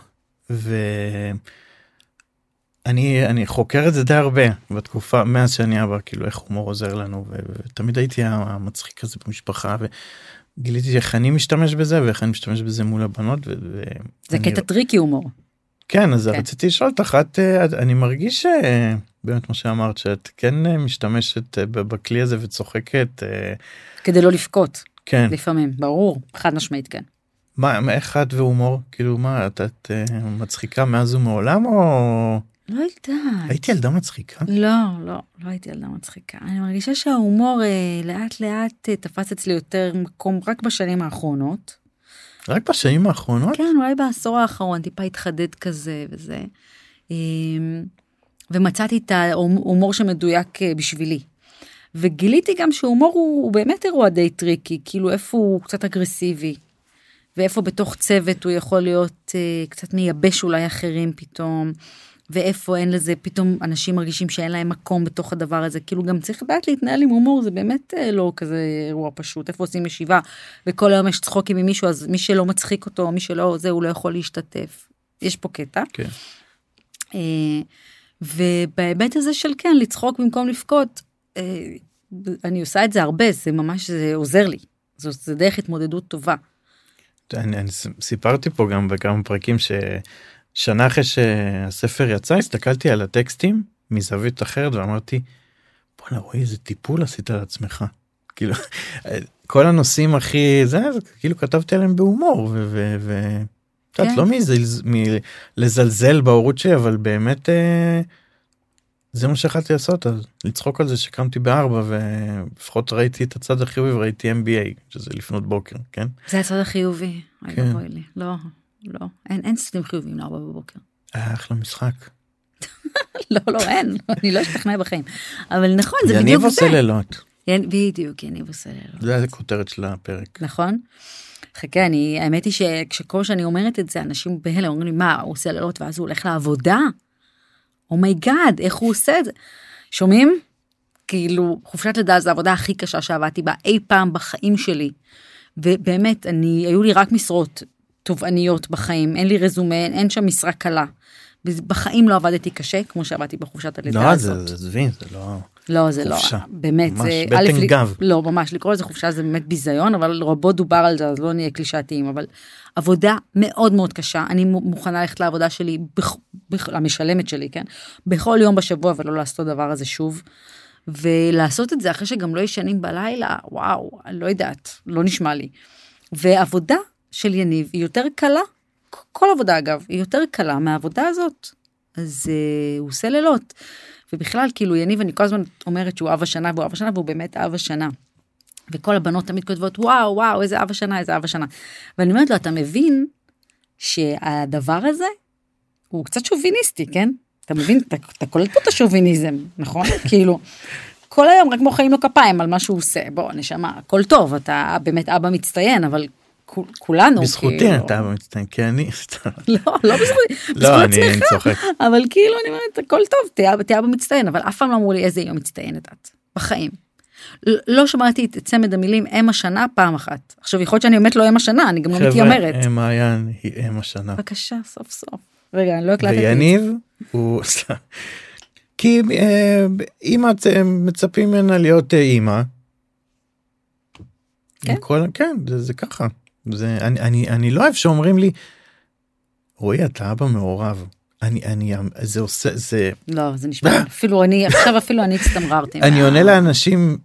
אני חוקר את זה די הרבה, בתקופה, מאז שאני אבא, כאילו, איך הומור עוזר לנו, ותמיד הייתי המצחיק הזה במשפחה, גיליתי איך אני משתמש בזה, ואיך אני משתמש בזה מול הבנות. זה קטע טריקי הומור. כן, אז רציתי לשאול אותך, אני מרגיש באמת מה שאמרת, שאת כן משתמשת בכלי הזה וצוחקת. כדי לא לפקוט. כן. לפעמים, ברור, חד משמעית כן. איך את והומור? כאילו מה, את מצחיקה מאז ומעולם או... לא יודעת. הייתי ילדה מצחיקה? לא הייתי ילדה מצחיקה. אני מרגישה שההומור לאט לאט תפס אצלי יותר מקום רק בשנים האחרונות. רק בשנים האחרונות? כן, אולי בעשור האחרון, טיפה התחדד כזה וזה. ומצאתי את ההומור שמדויק בשבילי. וגיליתי גם שהומור הוא באמת אירוע די טריקי, כאילו איפה הוא קצת אגרסיבי, ואיפה בתוך צוות הוא יכול להיות קצת מייבש אולי אחרים פתאום, ואיפה אין לזה, פתאום אנשים מרגישים שאין להם מקום בתוך הדבר הזה, כאילו גם צריך לדעת להתנהל עם הומור, זה באמת לא כזה אירוע פשוט, איפה עושים ישיבה, וכל היום יש צחוקים עם מישהו, אז מי שלא מצחיק אותו, מי שלא זה, הוא לא יכול להשתתף. יש פה קטע. כן. ובהיבט הזה של כן, לצחוק במקום לפקוט, אני עושה את זה הרבה, זה ממש, זה עוזר לי. זה דרך התמודדות טובה. אני סיפרתי פה גם בכמה פרקים שנה אחרי שהספר יצא, הסתכלתי על הטקסטים מזווית אחרת ואמרתי, בוא'נה, רואי, איזה טיפול עשית על עצמך. כאילו, כל הנושאים הכי, זה כאילו כתבתי עליהם בהומור, את יודעת, לא מלזלזל בהורות שלי, אבל באמת, זה מה שהחלטתי לעשות, אז לצחוק על זה שקמתי ב4, ולפחות ראיתי את הצד החיובי, וראיתי MBA, שזה לפנות בוקר, כן? זה הצד החיובי, לא, אין צדדים חיוביים ל4 בבוקר. אחלה משחק. לא, אין, אני לא אשתכנע בחיים, אבל נכון, זה בדיוק זה. יניב עושה לילות. בדיוק, יניב עושה לילות. זה הכותרת של הפרק. נכון? חכה, האמת היא שכל שאני אומרת את זה, אנשים בהלה אומרים לי, מה, הוא עושה לילות, ואז הוא הולך לעבודה? אומייגאד, איך הוא עושה את זה? שומעים? כאילו, חופשת לידה זה העבודה הכי קשה שעבדתי בה אי פעם בחיים שלי. ובאמת, היו לי רק משרות תובעניות בחיים, אין לי רזומה, אין שם משרה קלה. בחיים לא עבדתי קשה, כמו שעבדתי בחופשת הלידה הזאת. לא, זה זבין, זה לא... לא, זה לא, חופשה. באמת, ממש זה, בטן גב. לא, ממש, לקרוא לזה חופשה זה באמת ביזיון, אבל רבות דובר על זה, אז לא נהיה קלישאתיים, אבל עבודה מאוד מאוד קשה, אני מוכנה ללכת לעבודה שלי, המשלמת שלי, כן? בכל יום בשבוע, ולא לעשות את הדבר הזה שוב, ולעשות את זה אחרי שגם לא ישנים בלילה, וואו, אני לא יודעת, לא נשמע לי. ועבודה של יניב היא יותר קלה, כל עבודה אגב, היא יותר קלה מהעבודה הזאת, אז הוא עושה לילות, ובכלל, כאילו, יניב, אני כל הזמן אומרת שהוא אב השנה, והוא באמת אב השנה. וכל הבנות תמיד כותבות, וואו, וואו, איזה אב השנה, איזה אב השנה. ואני אומרת לו, אתה מבין שהדבר הזה הוא קצת שוביניסטי, כן? אתה מבין, אתה קולט פה את השוביניזם, נכון? כאילו, כל היום רק מוחאים לו כפיים על מה שהוא עושה. בוא, נשמע, הכל טוב, אתה באמת אבא מצטיין, אבל כולנו, בזכותי אתה אבא מצטיין, כי אני... לא בזכותי, לא, אני צוחק. אבל כאילו, אני אומרת, הכל טוב, תהיה אבא מצטיין, אבל אף פעם לא אמרו לי איזה יום מצטיינת את, בחיים. לא שמעתי את צמד המילים אם השנה פעם אחת. עכשיו, יכול להיות שאני באמת לא אם השנה, אני גם לא מתיימרת. חבר'ה, מעיין היא אם השנה. בבקשה, סוף סוף. רגע, אני לא הקלטתי. ויניב הוא... כי אם את מצפים ממנה להיות אימא, כן, זה ככה. אני לא אוהב שאומרים לי, רואי, אתה אבא מעורב. זה עושה, זה... לא, זה נשמע, אפילו אני הצטמררתי. אני עונה לאנשים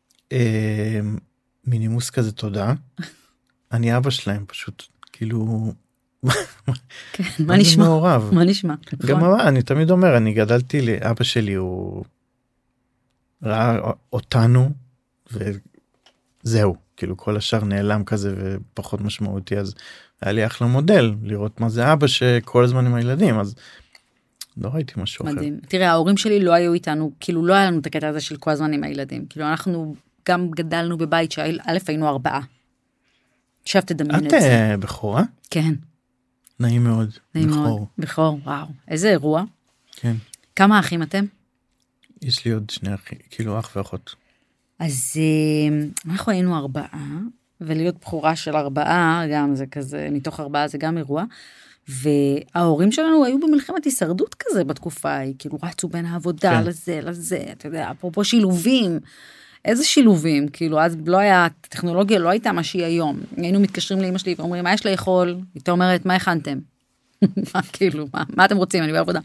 מינימוס כזה תודה, אני אבא שלהם פשוט, כאילו... מה נשמע? מה נשמע? גם אני תמיד אומר, אני גדלתי, אבא שלי הוא ראה אותנו, וזהו, כאילו כל השאר נעלם כזה ופחות משמעותי, אז היה לי אחלה מודל, לראות מה זה אבא שכל הזמן עם הילדים, אז לא ראיתי משהו אחר. מדהים. תראה, ההורים שלי לא היו איתנו, כאילו לא היה לנו את הקטע הזה של כל הזמן עם הילדים, כאילו אנחנו גם גדלנו בבית שא' היינו 4. עכשיו תדמיין את זה. את בכורה? כן. נעים מאוד. נעים מאוד. בכור, וואו. איזה אירוע. כן. כמה אחים אתם? יש לי עוד 2 אחים, כאילו אח ואחות. אז אנחנו היינו 4, ולהיות בחורה של 4, גם זה כזה, מתוך 4 זה גם אירוע, וההורים שלנו היו במלחמת הישרדות כזה בתקופה ההיא, כאילו רצו בין העבודה לזה, אתה יודע, אפרופו שילובים, איזה שילובים, כאילו אז לא היה, הטכנולוגיה לא הייתה מה שהיא היום, היינו מתקשרים לאמא שלי ואומרים, מה יש לאכול? היא אומרת, מה הכנתם? כאילו, מה אתם רוצים? אני בעבודה.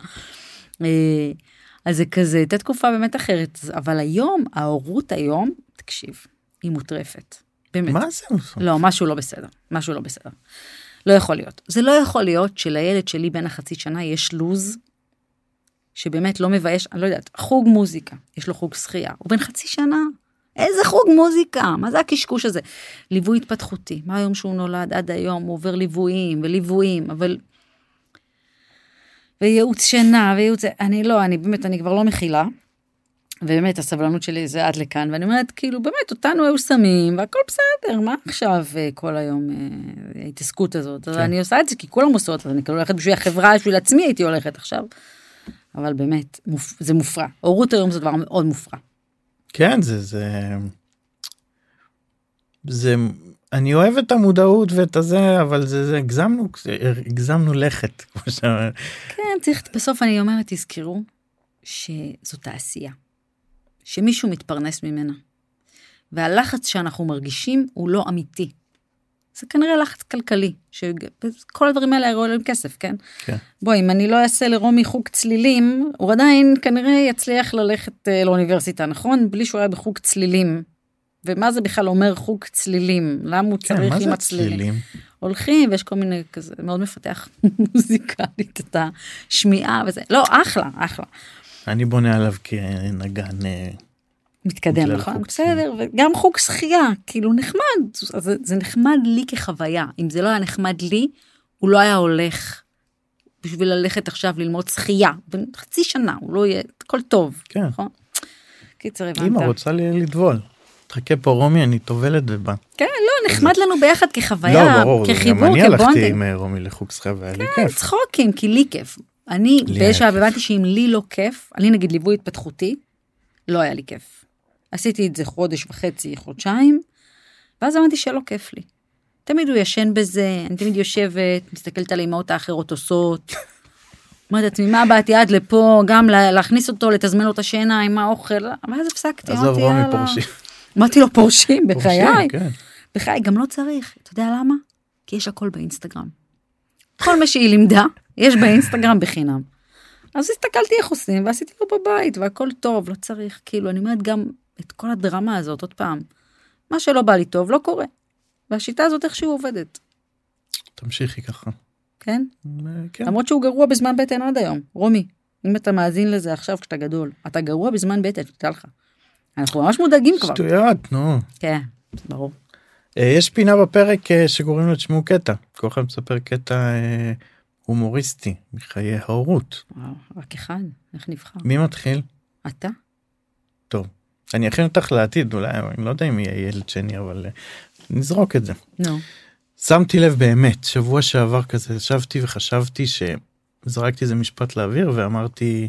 אז זה כזה, הייתה תקופה באמת אחרת, אבל היום, ההורות היום, תקשיב, היא מוטרפת. באמת. מה זה? לא, משהו לא בסדר, משהו לא בסדר. לא יכול להיות. זה לא יכול להיות שלילד שלי בין החצי שנה יש לוז, שבאמת לא מבייש, אני לא יודעת, חוג מוזיקה, יש לו חוג שחייה, הוא בין חצי שנה, איזה חוג מוזיקה, מה זה הקשקוש הזה? ליווי התפתחותי, מה היום שהוא נולד עד היום, הוא עובר ליוויים וליוויים, אבל... וייעוץ שינה, וייעוץ... אני באמת, אני כבר לא מכילה, ובאמת הסבלנות שלי זה עד לכאן, ואני אומרת, כאילו, באמת, אותנו היו סמים, והכל בסדר, מה עכשיו כל היום ההתעסקות הזאת? אז אני עושה את זה, כי כולם עושות, אז אני כאילו הולכת בשביל החברה, בשביל עצמי הייתי הולכת עכשיו, אבל באמת, זה מופרע. הורות היום זה דבר מאוד מופרע. כן, אני אוהב את המודעות ואת הזה, אבל הגזמנו לכת, כמו שאומר. כן, בסוף אני אומרת, תזכרו, שזו תעשייה. שמישהו מתפרנס ממנה. והלחץ שאנחנו מרגישים הוא לא אמיתי. זה כנראה לחץ כלכלי, שכל הדברים האלה הראו להם כסף, כן? כן. בואי, אם אני לא אעשה לרומי חוג צלילים, הוא עדיין כנראה יצליח ללכת לאוניברסיטה, נכון? בלי שהוא היה בחוג צלילים. ומה זה בכלל אומר חוג צלילים? למה הוא צריך עם הצלילים? הולכים, ויש כל מיני כזה, מאוד מפתח מוזיקלית, את השמיעה וזה. לא, אחלה, אחלה. אני בונה עליו כנגן מתקדם, נכון? בסדר, וגם חוג שחייה, כאילו נחמד, זה נחמד לי כחוויה, אם זה לא היה נחמד לי, הוא לא היה הולך בשביל ללכת עכשיו ללמוד שחייה, בחצי שנה, הוא לא יהיה, הכל טוב, נכון? קיצר, הבנת. אמא רוצה לטבול, תחכה פה רומי, אני טובלת ובא. כן, לא, נחמד לנו ביחד כחוויה, לא, ברור, כחיבור, גם אני הלכתי עם רומי לחוג שחייה, והיה לי כיף. כן, צחוקים, כי לי כיף. אני, באיזשהו הבנתי שאם לי לא כיף, אני נגיד ליווי התפתחותי, לא היה לי כיף. עשיתי את זה חודש וחצי, חודשיים, ואז אמרתי שלא כיף לי. תמיד הוא ישן בזה, אני תמיד יושבת, מסתכלת על האמהות האחרות עושות, אומרת לעצמי, מה באתי עד לפה, גם להכניס אותו, לתזמן לו את השינה עם האוכל, ואז הפסקתי, עזוב רומי פורשים. אמרתי לו פורשים, בחיי. כן. בחיי, גם לא צריך. אתה יודע למה? כי יש הכל באינסטגרם. כל מה שהיא לימדה, יש באינסטגרם בחינם. אז הסתכלתי איך עושים, ועשיתי לו בבית, והכל טוב, לא צריך. כאילו, אני אומרת גם את כל הדרמה הזאת, עוד פעם. מה שלא בא לי טוב, לא קורה. והשיטה הזאת איכשהו עובדת. תמשיכי ככה. כן? כן. למרות שהוא גרוע בזמן בטן עד היום. רומי, אם אתה מאזין לזה עכשיו כשאתה גדול, אתה גרוע בזמן בטן, תדע לך. אנחנו ממש מודאגים כבר. שטויות, נו. כן, ברור. יש פינה בפרק שקוראים לו תשמעו קטע. כל אחד מספר קטע הומוריסטי מחיי ההורות. וואו, רק אחד, איך נבחר? מי מתחיל? אתה? טוב. אני אכין אותך לעתיד, אולי, אני לא יודע אם יהיה ילד שני, אבל נזרוק את זה. נו. שמתי לב באמת, שבוע שעבר כזה, ישבתי וחשבתי שזרקתי איזה משפט לאוויר, ואמרתי,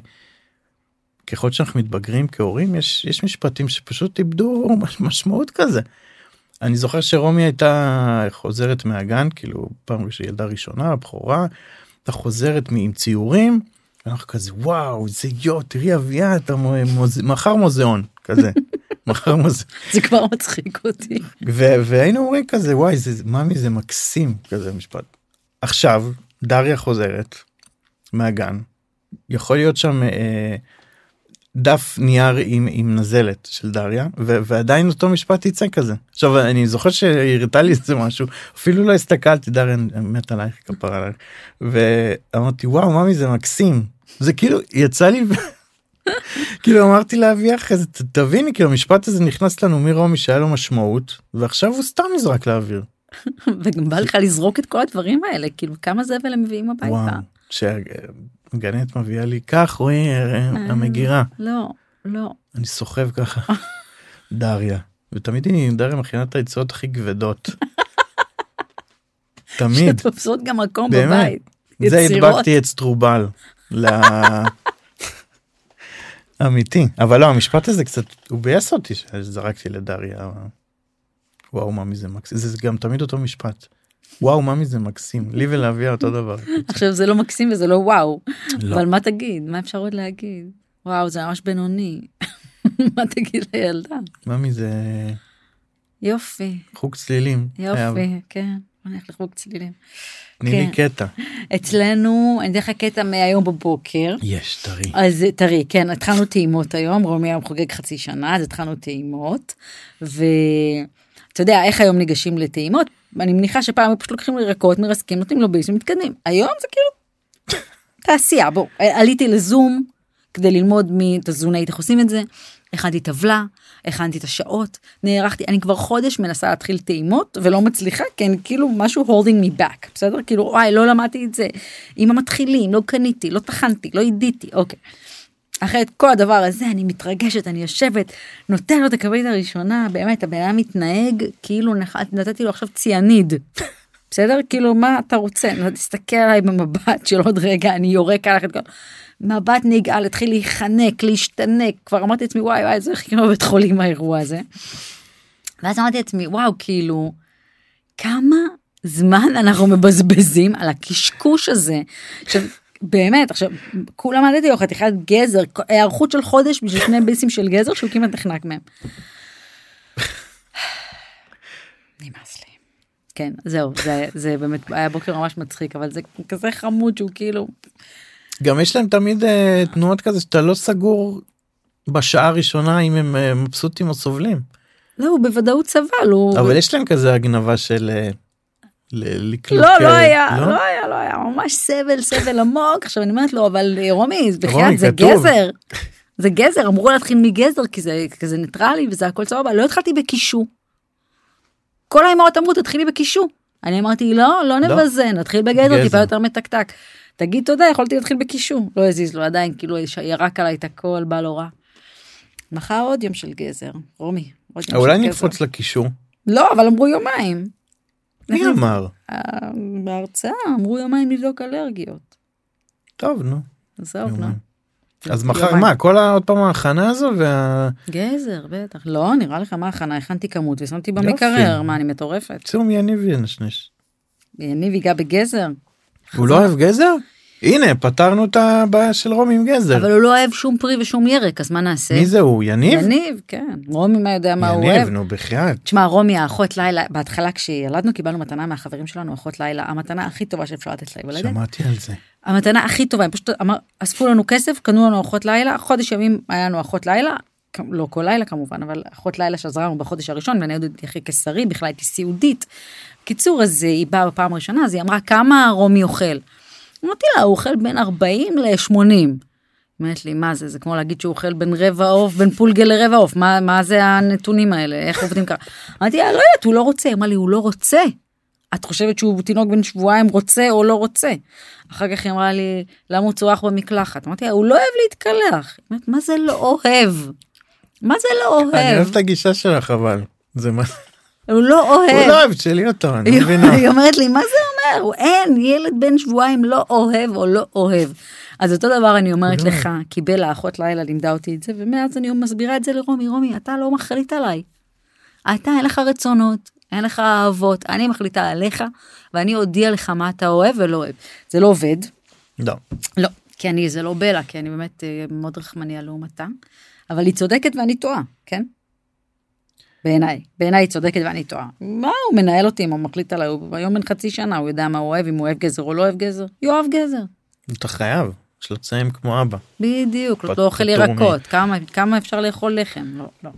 ככל שאנחנו מתבגרים כהורים, יש משפטים שפשוט איבדו משמעות כזה. אני זוכר שרומי הייתה חוזרת מהגן, כאילו פעם ילדה ראשונה, הבכורה, הייתה חוזרת עם ציורים, ואנחנו כזה, וואו, זה תראי אביה, אתה מחר מוזיאון, כזה. מחר מוזיאון. זה כבר מצחיק אותי. והיינו אומרים כזה, וואי, ממי זה מקסים, כזה משפט. עכשיו, דריה חוזרת מהגן, יכול להיות שם דף נייר עם נזלת של דריה, ועדיין אותו משפט יצא כזה. עכשיו, אני זוכר שהראתה לי איזה משהו, אפילו לא הסתכלתי, דריה מת עלייך, כפרה עלייך, ואמרתי, וואו, ממי זה מקסים. זה כאילו, יצא לי, כאילו אמרתי להביא אחרי זה, תביני, כאילו המשפט הזה נכנס לנו מרומי שהיה לו משמעות, ועכשיו הוא סתם נזרק לאוויר. וגם בא לך לזרוק את כל הדברים האלה, כאילו כמה זבל הם מביאים הביתה. וואו, שהגננת מביאה לי, כך רואי המגירה. לא, לא. אני סוחב ככה, דריה, ותמיד דריה מכינה את היצירות הכי כבדות. תמיד. שתופסות גם מקום בבית. זה הדבקתי את סטרובל. אמיתי, אבל לא, המשפט הזה קצת, הוא בייס אותי שזרקתי לדריה, וואו, ממי זה מקסים, זה גם תמיד אותו משפט, וואו, ממי זה מקסים, לי ולהביא אותו דבר. עכשיו זה לא מקסים וזה לא וואו, אבל מה תגיד, מה אפשר עוד להגיד? וואו, זה ממש בינוני, מה תגיד לילדה? ממי זה... יופי. חוג צלילים. יופי, כן, נלך לחוג צלילים. תני לי קטע. אצלנו, אני דרך הקטע מהיום בבוקר. יש, טרי. אז טרי, כן, התחלנו טעימות היום, רומי היום חוגג חצי שנה, אז התחלנו טעימות, ואתה יודע, איך היום ניגשים לטעימות? אני מניחה שפעם פשוט לוקחים לירקות, מרסקים, נותנים לו ביס ומתקדמים. היום זה כאילו, תעשייה, בוא, עליתי לזום, כדי ללמוד מתזונאית איך עושים את זה, הכנתי טבלה, הכנתי את השעות, נערכתי, אני כבר חודש מנסה להתחיל טעימות, ולא מצליחה, כי אני כאילו משהו holding me back, בסדר? כאילו, וואי, לא למדתי את זה, עם המתחילים, לא קניתי, לא תחנתי, לא ידיתי, אוקיי. אחרי את כל הדבר הזה, אני מתרגשת, אני יושבת, נותן לו את הכבית הראשונה, באמת, הבן אדם מתנהג, כאילו נתתי לו עכשיו ציאניד, בסדר? כאילו, מה אתה רוצה? תסתכל עליי במבט של עוד רגע, אני יורק עליך את כל... מבט נגעל, התחיל להיחנק, להשתנק, כבר אמרתי לעצמי, וואי, זה הכי כמו בית חולים האירוע הזה. ואז אמרתי לעצמי, וואו, כאילו, כמה זמן אנחנו מבזבזים על הקשקוש הזה. עכשיו, באמת, עכשיו, כולם עדיתי לו חתיכת גזר, הערכות של חודש בשביל 2 ביסים של גזר, שהוא כמעט נחנק מהם. נמאס לי. כן, זהו, זה באמת, היה בוקר ממש מצחיק, אבל זה כזה חמוד שהוא כאילו... גם יש להם תמיד תנועות כזה שאתה לא סגור בשעה הראשונה אם הם מבסוטים או סובלים. לא, הוא בוודאות סבל. אבל יש להם כזה הגנבה של לקלוק. לא היה, ממש סבל עמוק. עכשיו אני אומרת לו, אבל רומי, בחייאת, זה גזר. זה גזר, אמרו להתחיל מגזר, כי זה כזה ניטרלי וזה הכל סבבה. לא התחלתי בקישו. כל האמהות אמרו, תתחילי בקישו. אני אמרתי, לא נבזן, נתחיל בגזר, טיפה יותר מתקתק. תגיד תודה, יכולתי להתחיל בקישור. לא הזיז לו עדיין, כאילו ירק עליי את הכל, בא לו רע. מחר עוד יום של גזר, רומי. אולי נקפוץ לקישור. לא, אבל אמרו יומיים. מי אמר? בהרצאה, אמרו יומיים לבדוק אלרגיות. טוב, נו. זהו, נו. אז מחר מה? כל עוד פעם ההכנה הזו גזר, בטח. לא, נראה לך מה ההכנה, הכנתי כמות ושמתי במקרר. מה, אני מטורפת? צום יניב ינשנש. יניב ייגע בגזר. הוא לא אוהב גזר? הנה, פתרנו את הבעיה של רומי עם גזר. אבל הוא לא אוהב שום פרי ושום ירק, אז מה נעשה? מי זה הוא? יניב? יניב, כן. רומי מה יודע מה הוא אוהב. יניב, נו, בחייאת. תשמע, רומי, האחות לילה, בהתחלה כשילדנו קיבלנו מתנה מהחברים שלנו, אחות לילה, המתנה הכי טובה שאפשר לתת לה. שמעתי על זה. המתנה הכי טובה, הם פשוט אספו לנו כסף, קנו לנו אחות לילה, חודש ימים היה לנו אחות לילה, לא כל לילה כמובן, אבל אחות לילה שעזרה לנו בחודש הראשון, ואני יודעת הכי כסרי, בכלל הייתי סיעודית. קיצור, אז היא באה בפעם הראשונה, אז היא אמרה, כמה רומי אוכל? אמרתי לה, הוא אוכל בין 40 ל-80. אומרת לי, מה זה? זה כמו להגיד שהוא אוכל בין רבע עוף, בין פולגל לרבע עוף. מה זה הנתונים האלה? איך עובדים ככה? אמרתי לה, לא יודעת, הוא לא רוצה. אמרה לי, הוא לא רוצה. את חושבת שהוא תינוק בין שבועיים רוצה או לא רוצה? אחר כך היא אמרה לי, למה הוא צורח במקלחת? אמרתי לה, הוא לא אוהב להתקלח. אמרת, מה זה לא אוהב? מה זה לא אוהב? אני אוהב את הגישה שלך, אבל זה מה... הוא לא אוהב. הוא לא אוהב שלי אותו, אני מבינה. היא אומרת לי, מה זה אומר? אין, ילד בן שבועיים לא אוהב או לא אוהב. אז אותו דבר אני אומרת לך, כי בלה, אחות לילה, לימדה אותי את זה, ומאז אני מסבירה את זה לרומי, רומי, אתה לא מחליט עליי. אתה, אין לך רצונות, אין לך אהבות, אני מחליטה עליך, ואני אודיע לך מה אתה אוהב ולא אוהב. זה לא עובד. לא. לא, כי זה לא בלה, כי אני באמת מאוד רחמניה לעומתה, אבל היא צודקת ואני טועה, כן? בעיניי היא צודקת ואני טועה. מה, הוא מנהל אותי, אם הוא מחליט עליי, הוא היום בן חצי שנה, הוא יודע מה הוא אוהב, אם הוא אוהב גזר או לא אוהב גזר, יאהב גזר. אתה חייב, יש לו צעים כמו אבא. בדיוק, לא אוכל ירקות, כמה אפשר לאכול לחם, לא.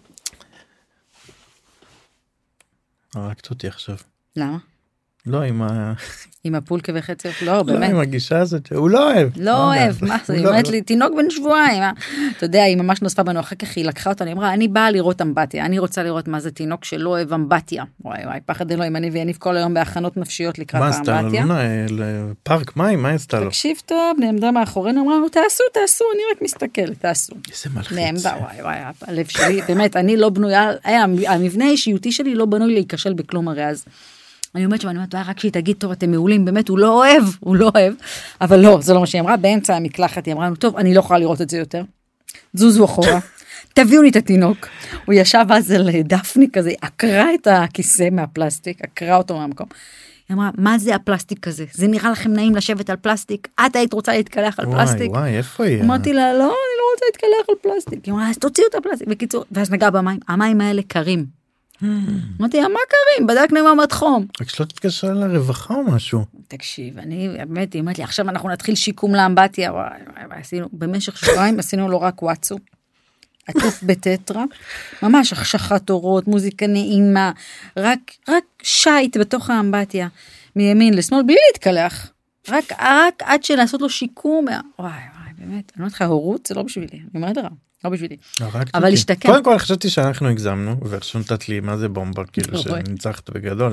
הרגת אותי עכשיו. למה? לא, עם הפולקה וחצי, לא, באמת. לא, עם הגישה הזאת, הוא לא אוהב. לא אוהב, מה זה, היא אומרת לי, תינוק בן שבועיים, אתה יודע, היא ממש נוספה בנו, אחר כך היא לקחה אותה, אני אמרה, אני באה לראות אמבטיה, אני רוצה לראות מה זה תינוק שלא אוהב אמבטיה. וואי, פחד אלוהים, אני ויניב כל היום בהכנות נפשיות לקראת האמבטיה. מה עשתה לו? לפארק מים, מה עשתה לו? תקשיב טוב, נעמדה מאחורינו, אמרה לנו, תעשו, אני רק מסתכלת, תעשו. איזה מלחיץ. נעמדה, וואי, הלב שלי, באמת, אני לא בנויה, המבנה האישיותי שלי לא בנוי להיכשל בכלום הרי אז. אני אומרת רק שהיא תגיד, טוב, אתם מעולים, באמת, הוא לא אוהב, אבל לא, זה לא מה שהיא אמרה, באמצע המקלחת היא אמרה לנו, טוב, אני לא יכולה לראות את זה יותר, זוזו אחורה, תביאו לי את התינוק, הוא ישב אז על דפני כזה, עקרה את הכיסא מהפלסטיק, עקרה אותו מהמקום, היא אמרה, מה זה הפלסטיק הזה? זה נראה לכם נעים לשבת על פלסטיק? את היית רוצה להתקלח על פלסטיק? וואי, איפה היא? אמרתי לה, לא, אני לא רוצה להתקלח על פלסטיק, היא אמרה, אז תוציאו את הפלסטיק, בקיצור, ואז נגע במים, המים האלה קרים. אמרתי, מה קרים? בדקנו עם עמד חום. רק שלא תתקשר לרווחה או משהו. תקשיב, אני באמת, היא אמרת לי, עכשיו אנחנו נתחיל שיקום לאמבטיה, עשינו, במשך שבועיים עשינו לו רק וואטסו, עטוף בטטרה, ממש החשכת אורות, מוזיקה נעימה, רק שייט בתוך האמבטיה, מימין לשמאל, בלי להתקלח, רק עד שלעשות לו שיקום, וואי, באמת, אני אומרת לך, הורות זה לא בשבילי, אני אומרת רע. לא בשבילי, אבל השתקם. קודם כל חשבתי שאנחנו הגזמנו, ועכשיו נתת לי מה זה בומבה, כאילו שניצחת בגדול.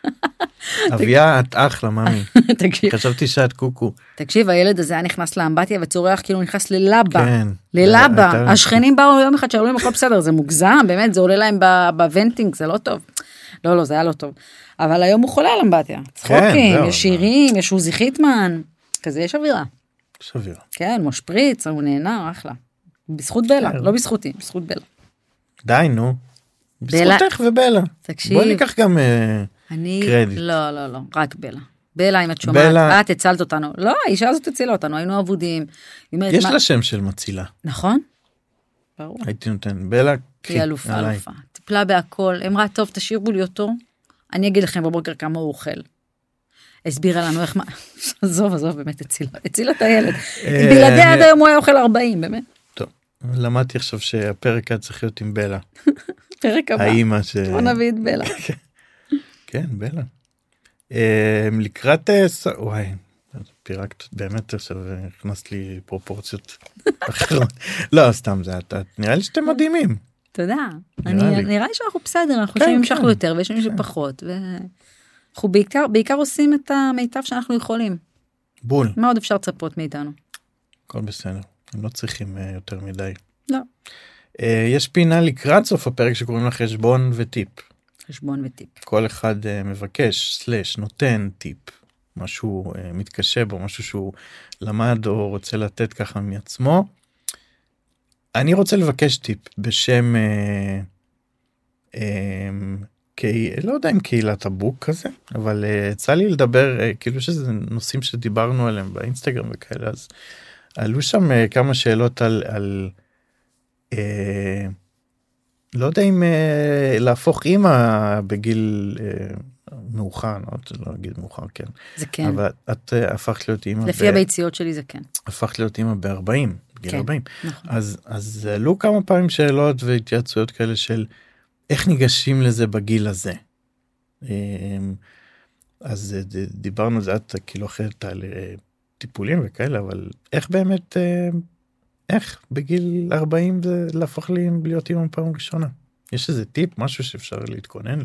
אביה, את אחלה, ממי. חשבתי שאת קוקו. תקשיב, הילד הזה היה נכנס לאמבטיה וצורח כאילו נכנס ללבה. ללבה. השכנים באו יום אחד שאומרים הכל בסדר, זה מוגזם, באמת, זה עולה להם בוונטינג, זה לא טוב. לא, זה היה לא טוב. אבל היום הוא חולה על אמבטיה. צחוקים, יש שירים, יש עוזי חיטמן, כזה יש אווירה. יש אווירה. כן, מושפריץ, הוא נהנה, אחלה. בזכות בלה, לא בזכותי, בזכות בלה. די, נו. בזכותך ובלה. תקשיב. בואי ניקח גם קרדיט. לא, רק בלה. בלה, אם את שומעת, את הצלת אותנו. לא, האישה הזאת הצילה אותנו, היינו עבודים. יש לה שם של מצילה. נכון? ברור. הייתי נותן, בלה. היא אלופה. טיפלה בהכל, אמרה, טוב, תשאירו לי אותו. אני אגיד לכם בבוקר כמה הוא אוכל. הסבירה לנו איך מה, עזוב, באמת הצילה את הילד. בלעדי עד היום הוא היה אוכל 40, באמת. טוב, למדתי עכשיו שהפרק היה צריך להיות עם בלה. פרק הבא. האמא ש... בוא נביא את בלה. כן, בלה. לקראת... וואי, פירקת, באמת עכשיו הכנסת לי פרופורציות אחרות. לא, סתם זה, נראה לי שאתם מדהימים. תודה. נראה לי שאנחנו בסדר, אנחנו חושבים המשכנו יותר ויש לנו שפחות, אנחנו בעיקר עושים את המיטב שאנחנו יכולים. בול. מה עוד אפשר לצפות מאיתנו? הכל בסדר, הם לא צריכים יותר מדי. לא. יש פינה לקראת סוף הפרק שקוראים לה חשבון וטיפ. חשבון וטיפ. כל אחד מבקש, נותן טיפ, משהו מתקשה בו, משהו שהוא למד או רוצה לתת ככה מעצמו. אני רוצה לבקש טיפ בשם לא יודע אם קהילת הבוק כזה, אבל יצא לי לדבר, כאילו שזה נושאים שדיברנו עליהם באינסטגרם וכאלה, אז עלו שם כמה שאלות על לא יודע אם להפוך אימא בגיל מאוחר, לא אגיד מאוחר, כן. זה כן. אבל את הפכת להיות אימא. לפי הביציות שלי זה כן. הפכת להיות אימא ב-40, בגיל כן, 40. נכון. אז עלו כמה פעמים שאלות והתייעצויות כאלה של איך ניגשים לזה בגיל הזה. אז דיברנו על זה, את כאילו אחרת על טיפולים וכאלה, אבל איך באמת, איך בגיל 40 זה להפוך להיות אימא פעם ראשונה? יש איזה טיפ, משהו שאפשר להתכונן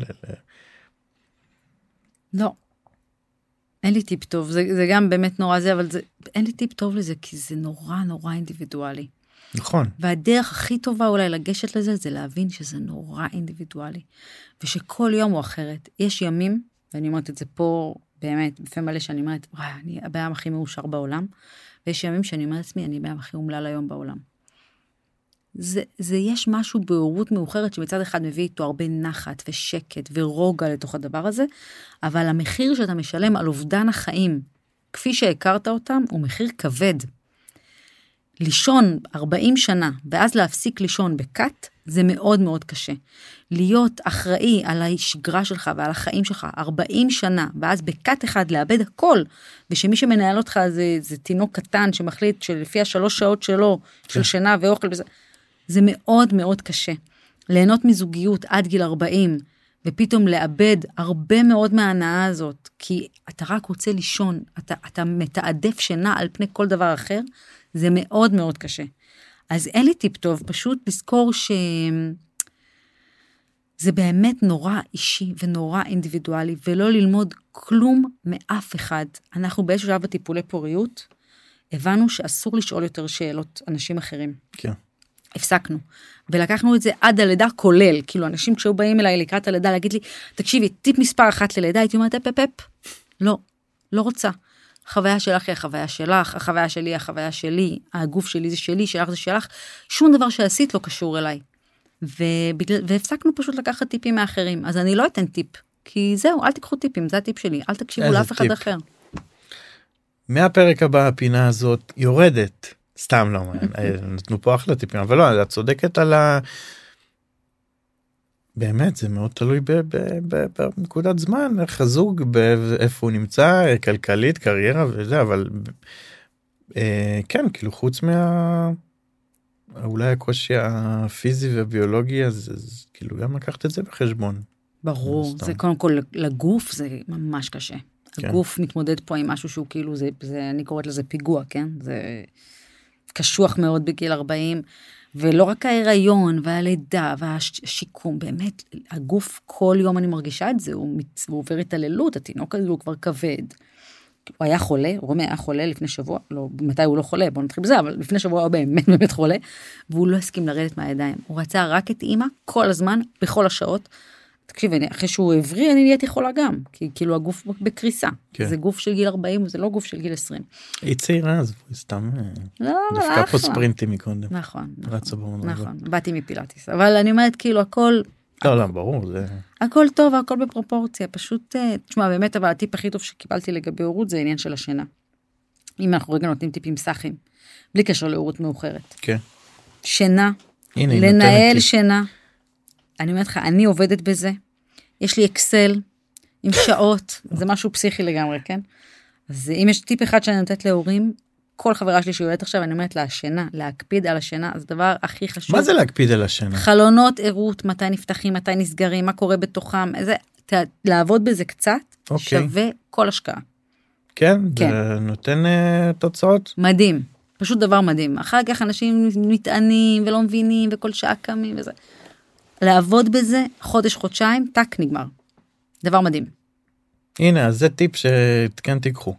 לא. אין לי טיפ טוב, זה גם באמת נורא זה, אבל אין לי טיפ טוב לזה, כי זה נורא נורא אינדיבידואלי. נכון. והדרך הכי טובה אולי לגשת לזה, זה להבין שזה נורא אינדיבידואלי, ושכל יום הוא אחרת. יש ימים, ואני אומרת את זה פה, באמת, בפה מלא שאני אומרת, וואי, אני הבעם הכי מאושר בעולם, ויש ימים שאני אומרת לעצמי, אני הבעם הכי אומלל היום בעולם. יש משהו בהורות מאוחרת, שמצד אחד מביא איתו הרבה נחת ושקט ורוגע לתוך הדבר הזה, אבל המחיר שאתה משלם על אובדן החיים, כפי שהכרת אותם, הוא מחיר כבד. לישון 40 שנה, ואז להפסיק לישון בקט, זה מאוד מאוד קשה. להיות אחראי על השגרה שלך ועל החיים שלך 40 שנה, ואז בקט אחד לאבד הכל, ושמי שמנהל אותך זה תינוק קטן שמחליט שלפי 3 שעות שלו, של שינה ואוכל, זה מאוד מאוד קשה. ליהנות מזוגיות עד גיל 40, ופתאום לאבד הרבה מאוד מההנאה הזאת, כי אתה רק רוצה לישון, אתה מתעדף שינה על פני כל דבר אחר, זה מאוד מאוד קשה. אז אין לי טיפ טוב, פשוט לזכור שזה באמת נורא אישי ונורא אינדיבידואלי, ולא ללמוד כלום מאף אחד. אנחנו באיזשהו שלב בטיפולי פוריות, הבנו שאסור לשאול יותר שאלות אנשים אחרים. כן. הפסקנו, ולקחנו את זה עד הלידה כולל, כאילו אנשים כשהיו באים אליי לקראת הלידה, להגיד לי, תקשיבי, טיפ מספר 1 ללידה, הייתי אומרת, לא רוצה. החוויה שלך היא החוויה שלך, החוויה שלי היא החוויה שלי, הגוף שלי זה שלי, שלך זה שלך, שום דבר שעשית לא קשור אליי. והפסקנו פשוט לקחת טיפים מאחרים, אז אני לא אתן טיפ, כי זהו, אל תיקחו טיפים, זה הטיפ שלי, אל תקשיבו לאף אחד אחר. מהפרק הבא הפינה הזאת יורדת, סתם לא, נתנו פה אחלה טיפים, אבל לא, את צודקת על באמת, זה מאוד תלוי בנקודת זמן, איך הזוג, איפה הוא נמצא, כלכלית, קריירה וזה, אבל כן, כאילו חוץ אולי הקושי הפיזי והביולוגי, אז כאילו גם לקחת את זה בחשבון. ברור, זה קודם כל לגוף, זה ממש קשה. הגוף מתמודד פה עם משהו שהוא כאילו, אני קוראת לזה פיגוע, כן? זה קשוח מאוד בגיל 40, ולא רק ההיריון והלידה והשיקום, באמת, הגוף כל יום אני מרגישה את זה, הוא עובר התעללות, התינוק הזה הוא כבר כבד. הוא היה חולה, רומי היה חולה לפני שבוע, לא, מתי הוא לא חולה, בוא נתחיל בזה, אבל לפני שבוע הוא באמת חולה, והוא לא הסכים לרדת מהידיים. הוא רצה רק את אימא כל הזמן, בכל השעות. תקשיב, אחרי שהוא הבריא, אני נהייתי חולה גם, כי כאילו הגוף בקריסה. כן. זה גוף של גיל 40, זה לא גוף של גיל 20. היא צעירה, אז הוא סתם דווקא פה ספרינטים מקודם. נכון, באתי מפילאטיס. אבל אני אומרת, כאילו, הכל... לא, ברור, זה... הכל טוב, הכל בפרופורציה, פשוט, תשמע, באמת, אבל הטיפ הכי טוב שקיבלתי לגבי הורות, זה העניין של השינה. אם אנחנו רגע נותנים טיפים סחים, בלי קשר להורות מאוחרת. כן. שינה, לנהל שינה. אני אומרת לך, אני עובדת בזה, יש לי אקסל עם שעות, זה משהו פסיכי לגמרי, כן? אז אם יש טיפ אחד שאני נותנת להורים, כל חברה שלי שיולדת עכשיו, אני אומרת לה, השינה, להקפיד על השינה, זה דבר הכי חשוב. מה זה להקפיד על השינה? חלונות עירות, מתי נפתחים, מתי נסגרים, מה קורה בתוכם, לעבוד בזה קצת, שווה כל השקעה. כן, זה נותן תוצאות? מדהים, פשוט דבר מדהים. אחר כך אנשים מתענים ולא מבינים, וכל שעה קמים וזה. לעבוד בזה, חודש, חודשיים, טק, נגמר. דבר מדהים. הנה, אז זה טיפ שכן תיקחו.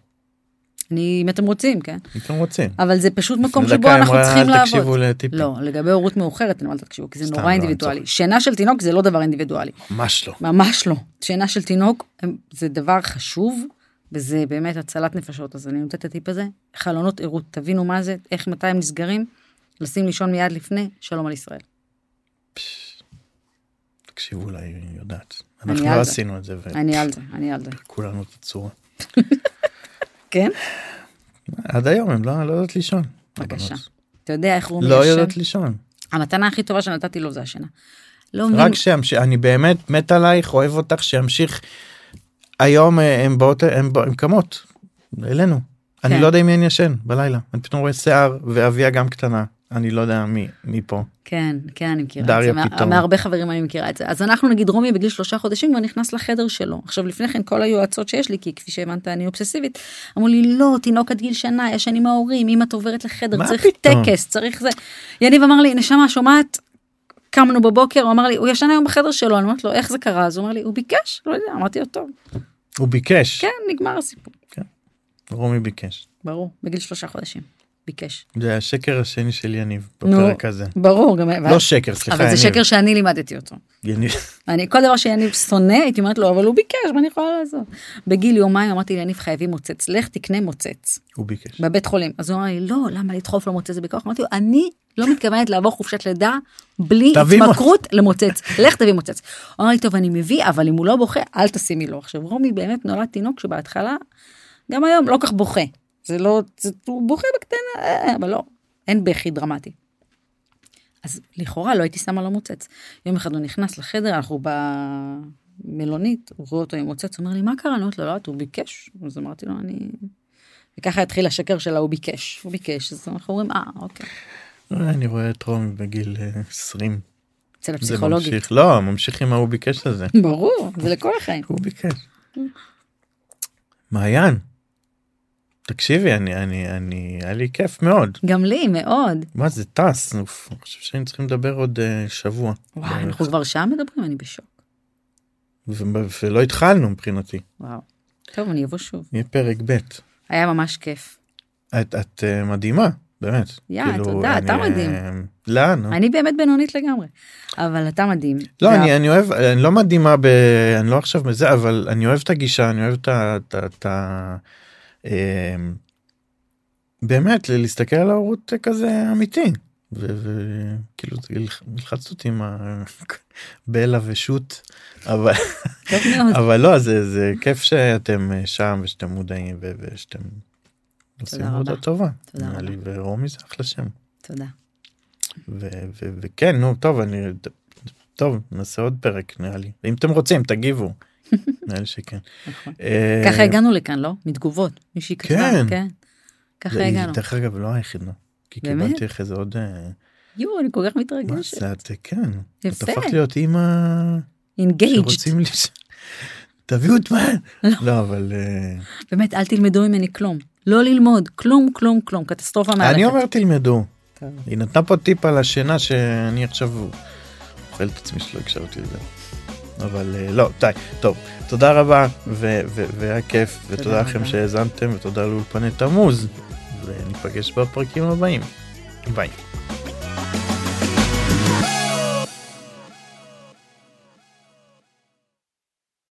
אם אתם רוצים, כן? אם אתם רוצים. אבל זה פשוט מקום שבו אנחנו צריכים לעבוד. אל תקשיבו לטיפים. לא, לגבי הורות מאוחרת, אני לא תקשיבו, כי זה נורא אינדיבידואלי. שינה של תינוק זה לא דבר אינדיבידואלי. ממש לא. ממש לא. שינה של תינוק זה דבר חשוב, וזה באמת הצלת נפשות. אז אני נותנת את הטיפ הזה. חלונות עירות, תבינו מה זה, איך מתי הם נסגרים, לשים לישון מיד לפני, שלום על ישראל. תקשיבו לה, היא יודעת. אנחנו לא עשינו את זה. אני על זה. כולנו את הצורה. כן? עד היום הם לא יודעת לישון. בבקשה. אתה יודע איך רומי לא יודעת לישון. המתנה הכי טובה שנתתי לו זה השינה. רק שימשיך, אני באמת מת עלייך, אוהב אותך, שימשיך. היום הם קמות, אלינו. אני לא יודע אם אני ישן בלילה. אני פתאום רואה שיער, ואביה גם קטנה. אני לא יודע מי פה. כן, אני מכירה את זה. מהרבה חברים אני מכירה את זה. אז אנחנו נגיד רומי בגיל 3 חודשים כבר נכנס לחדר שלו. עכשיו לפני כן כל היועצות שיש לי, כי כפי שהבנת אני אובססיבית, אמרו לי לא, תינוק עד גיל שנה, ישן עם ההורים, אם את עוברת לחדר, צריך טקס, צריך זה. יניב אמר לי, נשמה, שומעת, קמנו בבוקר, הוא אמר לי, הוא ישן היום בחדר שלו, אני אומרת לו, איך זה קרה? אז הוא אמר לי, הוא ביקש, לא יודע, אמרתי לו, טוב. הוא ביקש? כן, נגמר הסיפור. כן, רומי ביקש. ברור, בגיל 3 חודשים. ביקש. זה השקר השני של יניב, בפרק הזה. ברור. לא שקר, סליחה, אבל זה שקר שאני לימדתי אותו. יניב. כל דבר שיניב שונא, הייתי אומרת לו, אבל הוא ביקש, מה אני יכולה לעשות? בגיל יומיים אמרתי ליניב, חייבים מוצץ, לך תקנה מוצץ. הוא ביקש. בבית חולים. אז הוא אמר לי, לא, למה לדחוף לו מוצץ בכוח? אמרתי לו, אני לא מתכוונת לעבור חופשת לידה, בלי התמכרות למוצץ. לך תביא מוצץ. הוא אמר לי, טוב, אני מביא, אבל אם הוא לא בוכה, אל תשימי לו. עכשיו, רומי באמת נולד תינוק שבהתחלה, גם היום לא כך בוכה. זה לא, הוא בוכה בקטנה, אבל לא, אין בכי דרמטי. אז לכאורה לא הייתי שמה לו מוצץ. יום אחד הוא נכנס לחדר, אנחנו במלונית, הוא רואה אותו עם מוצץ, הוא אומר לי, מה קרה? אני אומרת לו, לא, הוא ביקש. אז אמרתי לו, וככה התחיל השקר שלה, הוא ביקש. אז אנחנו אומרים, אוקיי. אני רואה את רומי בגיל 20. אצל הפסיכולוגית. לא, ממשיך עם ההוא ביקש לזה. ברור, זה לכל החיים. הוא ביקש. מעיין. תקשיבי, היה לי כיף מאוד. גם לי, מאוד. מה זה טס? אני חושב שהיינו צריכים לדבר עוד שבוע. וואי, אנחנו כבר שעה מדברים, אני בשוק. ולא התחלנו מבחינתי. וואו. טוב, אני אבוא שוב. יהיה פרק ב'. היה ממש כיף. את מדהימה, באמת. תודה, אתה מדהים. לאן? אני באמת בינונית לגמרי. אבל אתה מדהים. לא, אני אוהב, אני לא מדהימה, אני לא עכשיו מזה, אבל אני אוהב את הגישה, אני אוהב את באמת להסתכל על ההורות כזה אמיתי וכאילו מלחצת אותי עם בלה ושוט אבל לא, זה כיף שאתם שם ושאתם מודעים ושאתם עושים עבודה טובה, ורומי זה אחלה שם. תודה. וכן, נו, טוב, נעשה עוד פרק נראה לי, אם אתם רוצים תגיבו. נראה שכן. ככה הגענו לכאן, לא? מתגובות. מישהי כתבה, כן. ככה הגענו. דרך אגב, לא היחידה. כי קיבלתי אחרי זה עוד... אני כל כך מתרגשת. מה זה, כן. יפה. את הפכת להיות אימא... אינגייג'ד. שרוצים לי... תביאו את מה? לא, אבל... באמת, אל תלמדו ממני כלום. לא ללמוד. כלום. קטסטרופה מערכת. אני אומר תלמדו. היא נתנה פה טיפ על השינה שאני עכשיו אוכל את עצמי שלא הקשבתי לזה. אבל לא, די, טוב, תודה רבה והיה כיף ותודה לכם שהאזנתם ותודה לאולפני תמוז וניפגש בפרקים הבאים, ביי.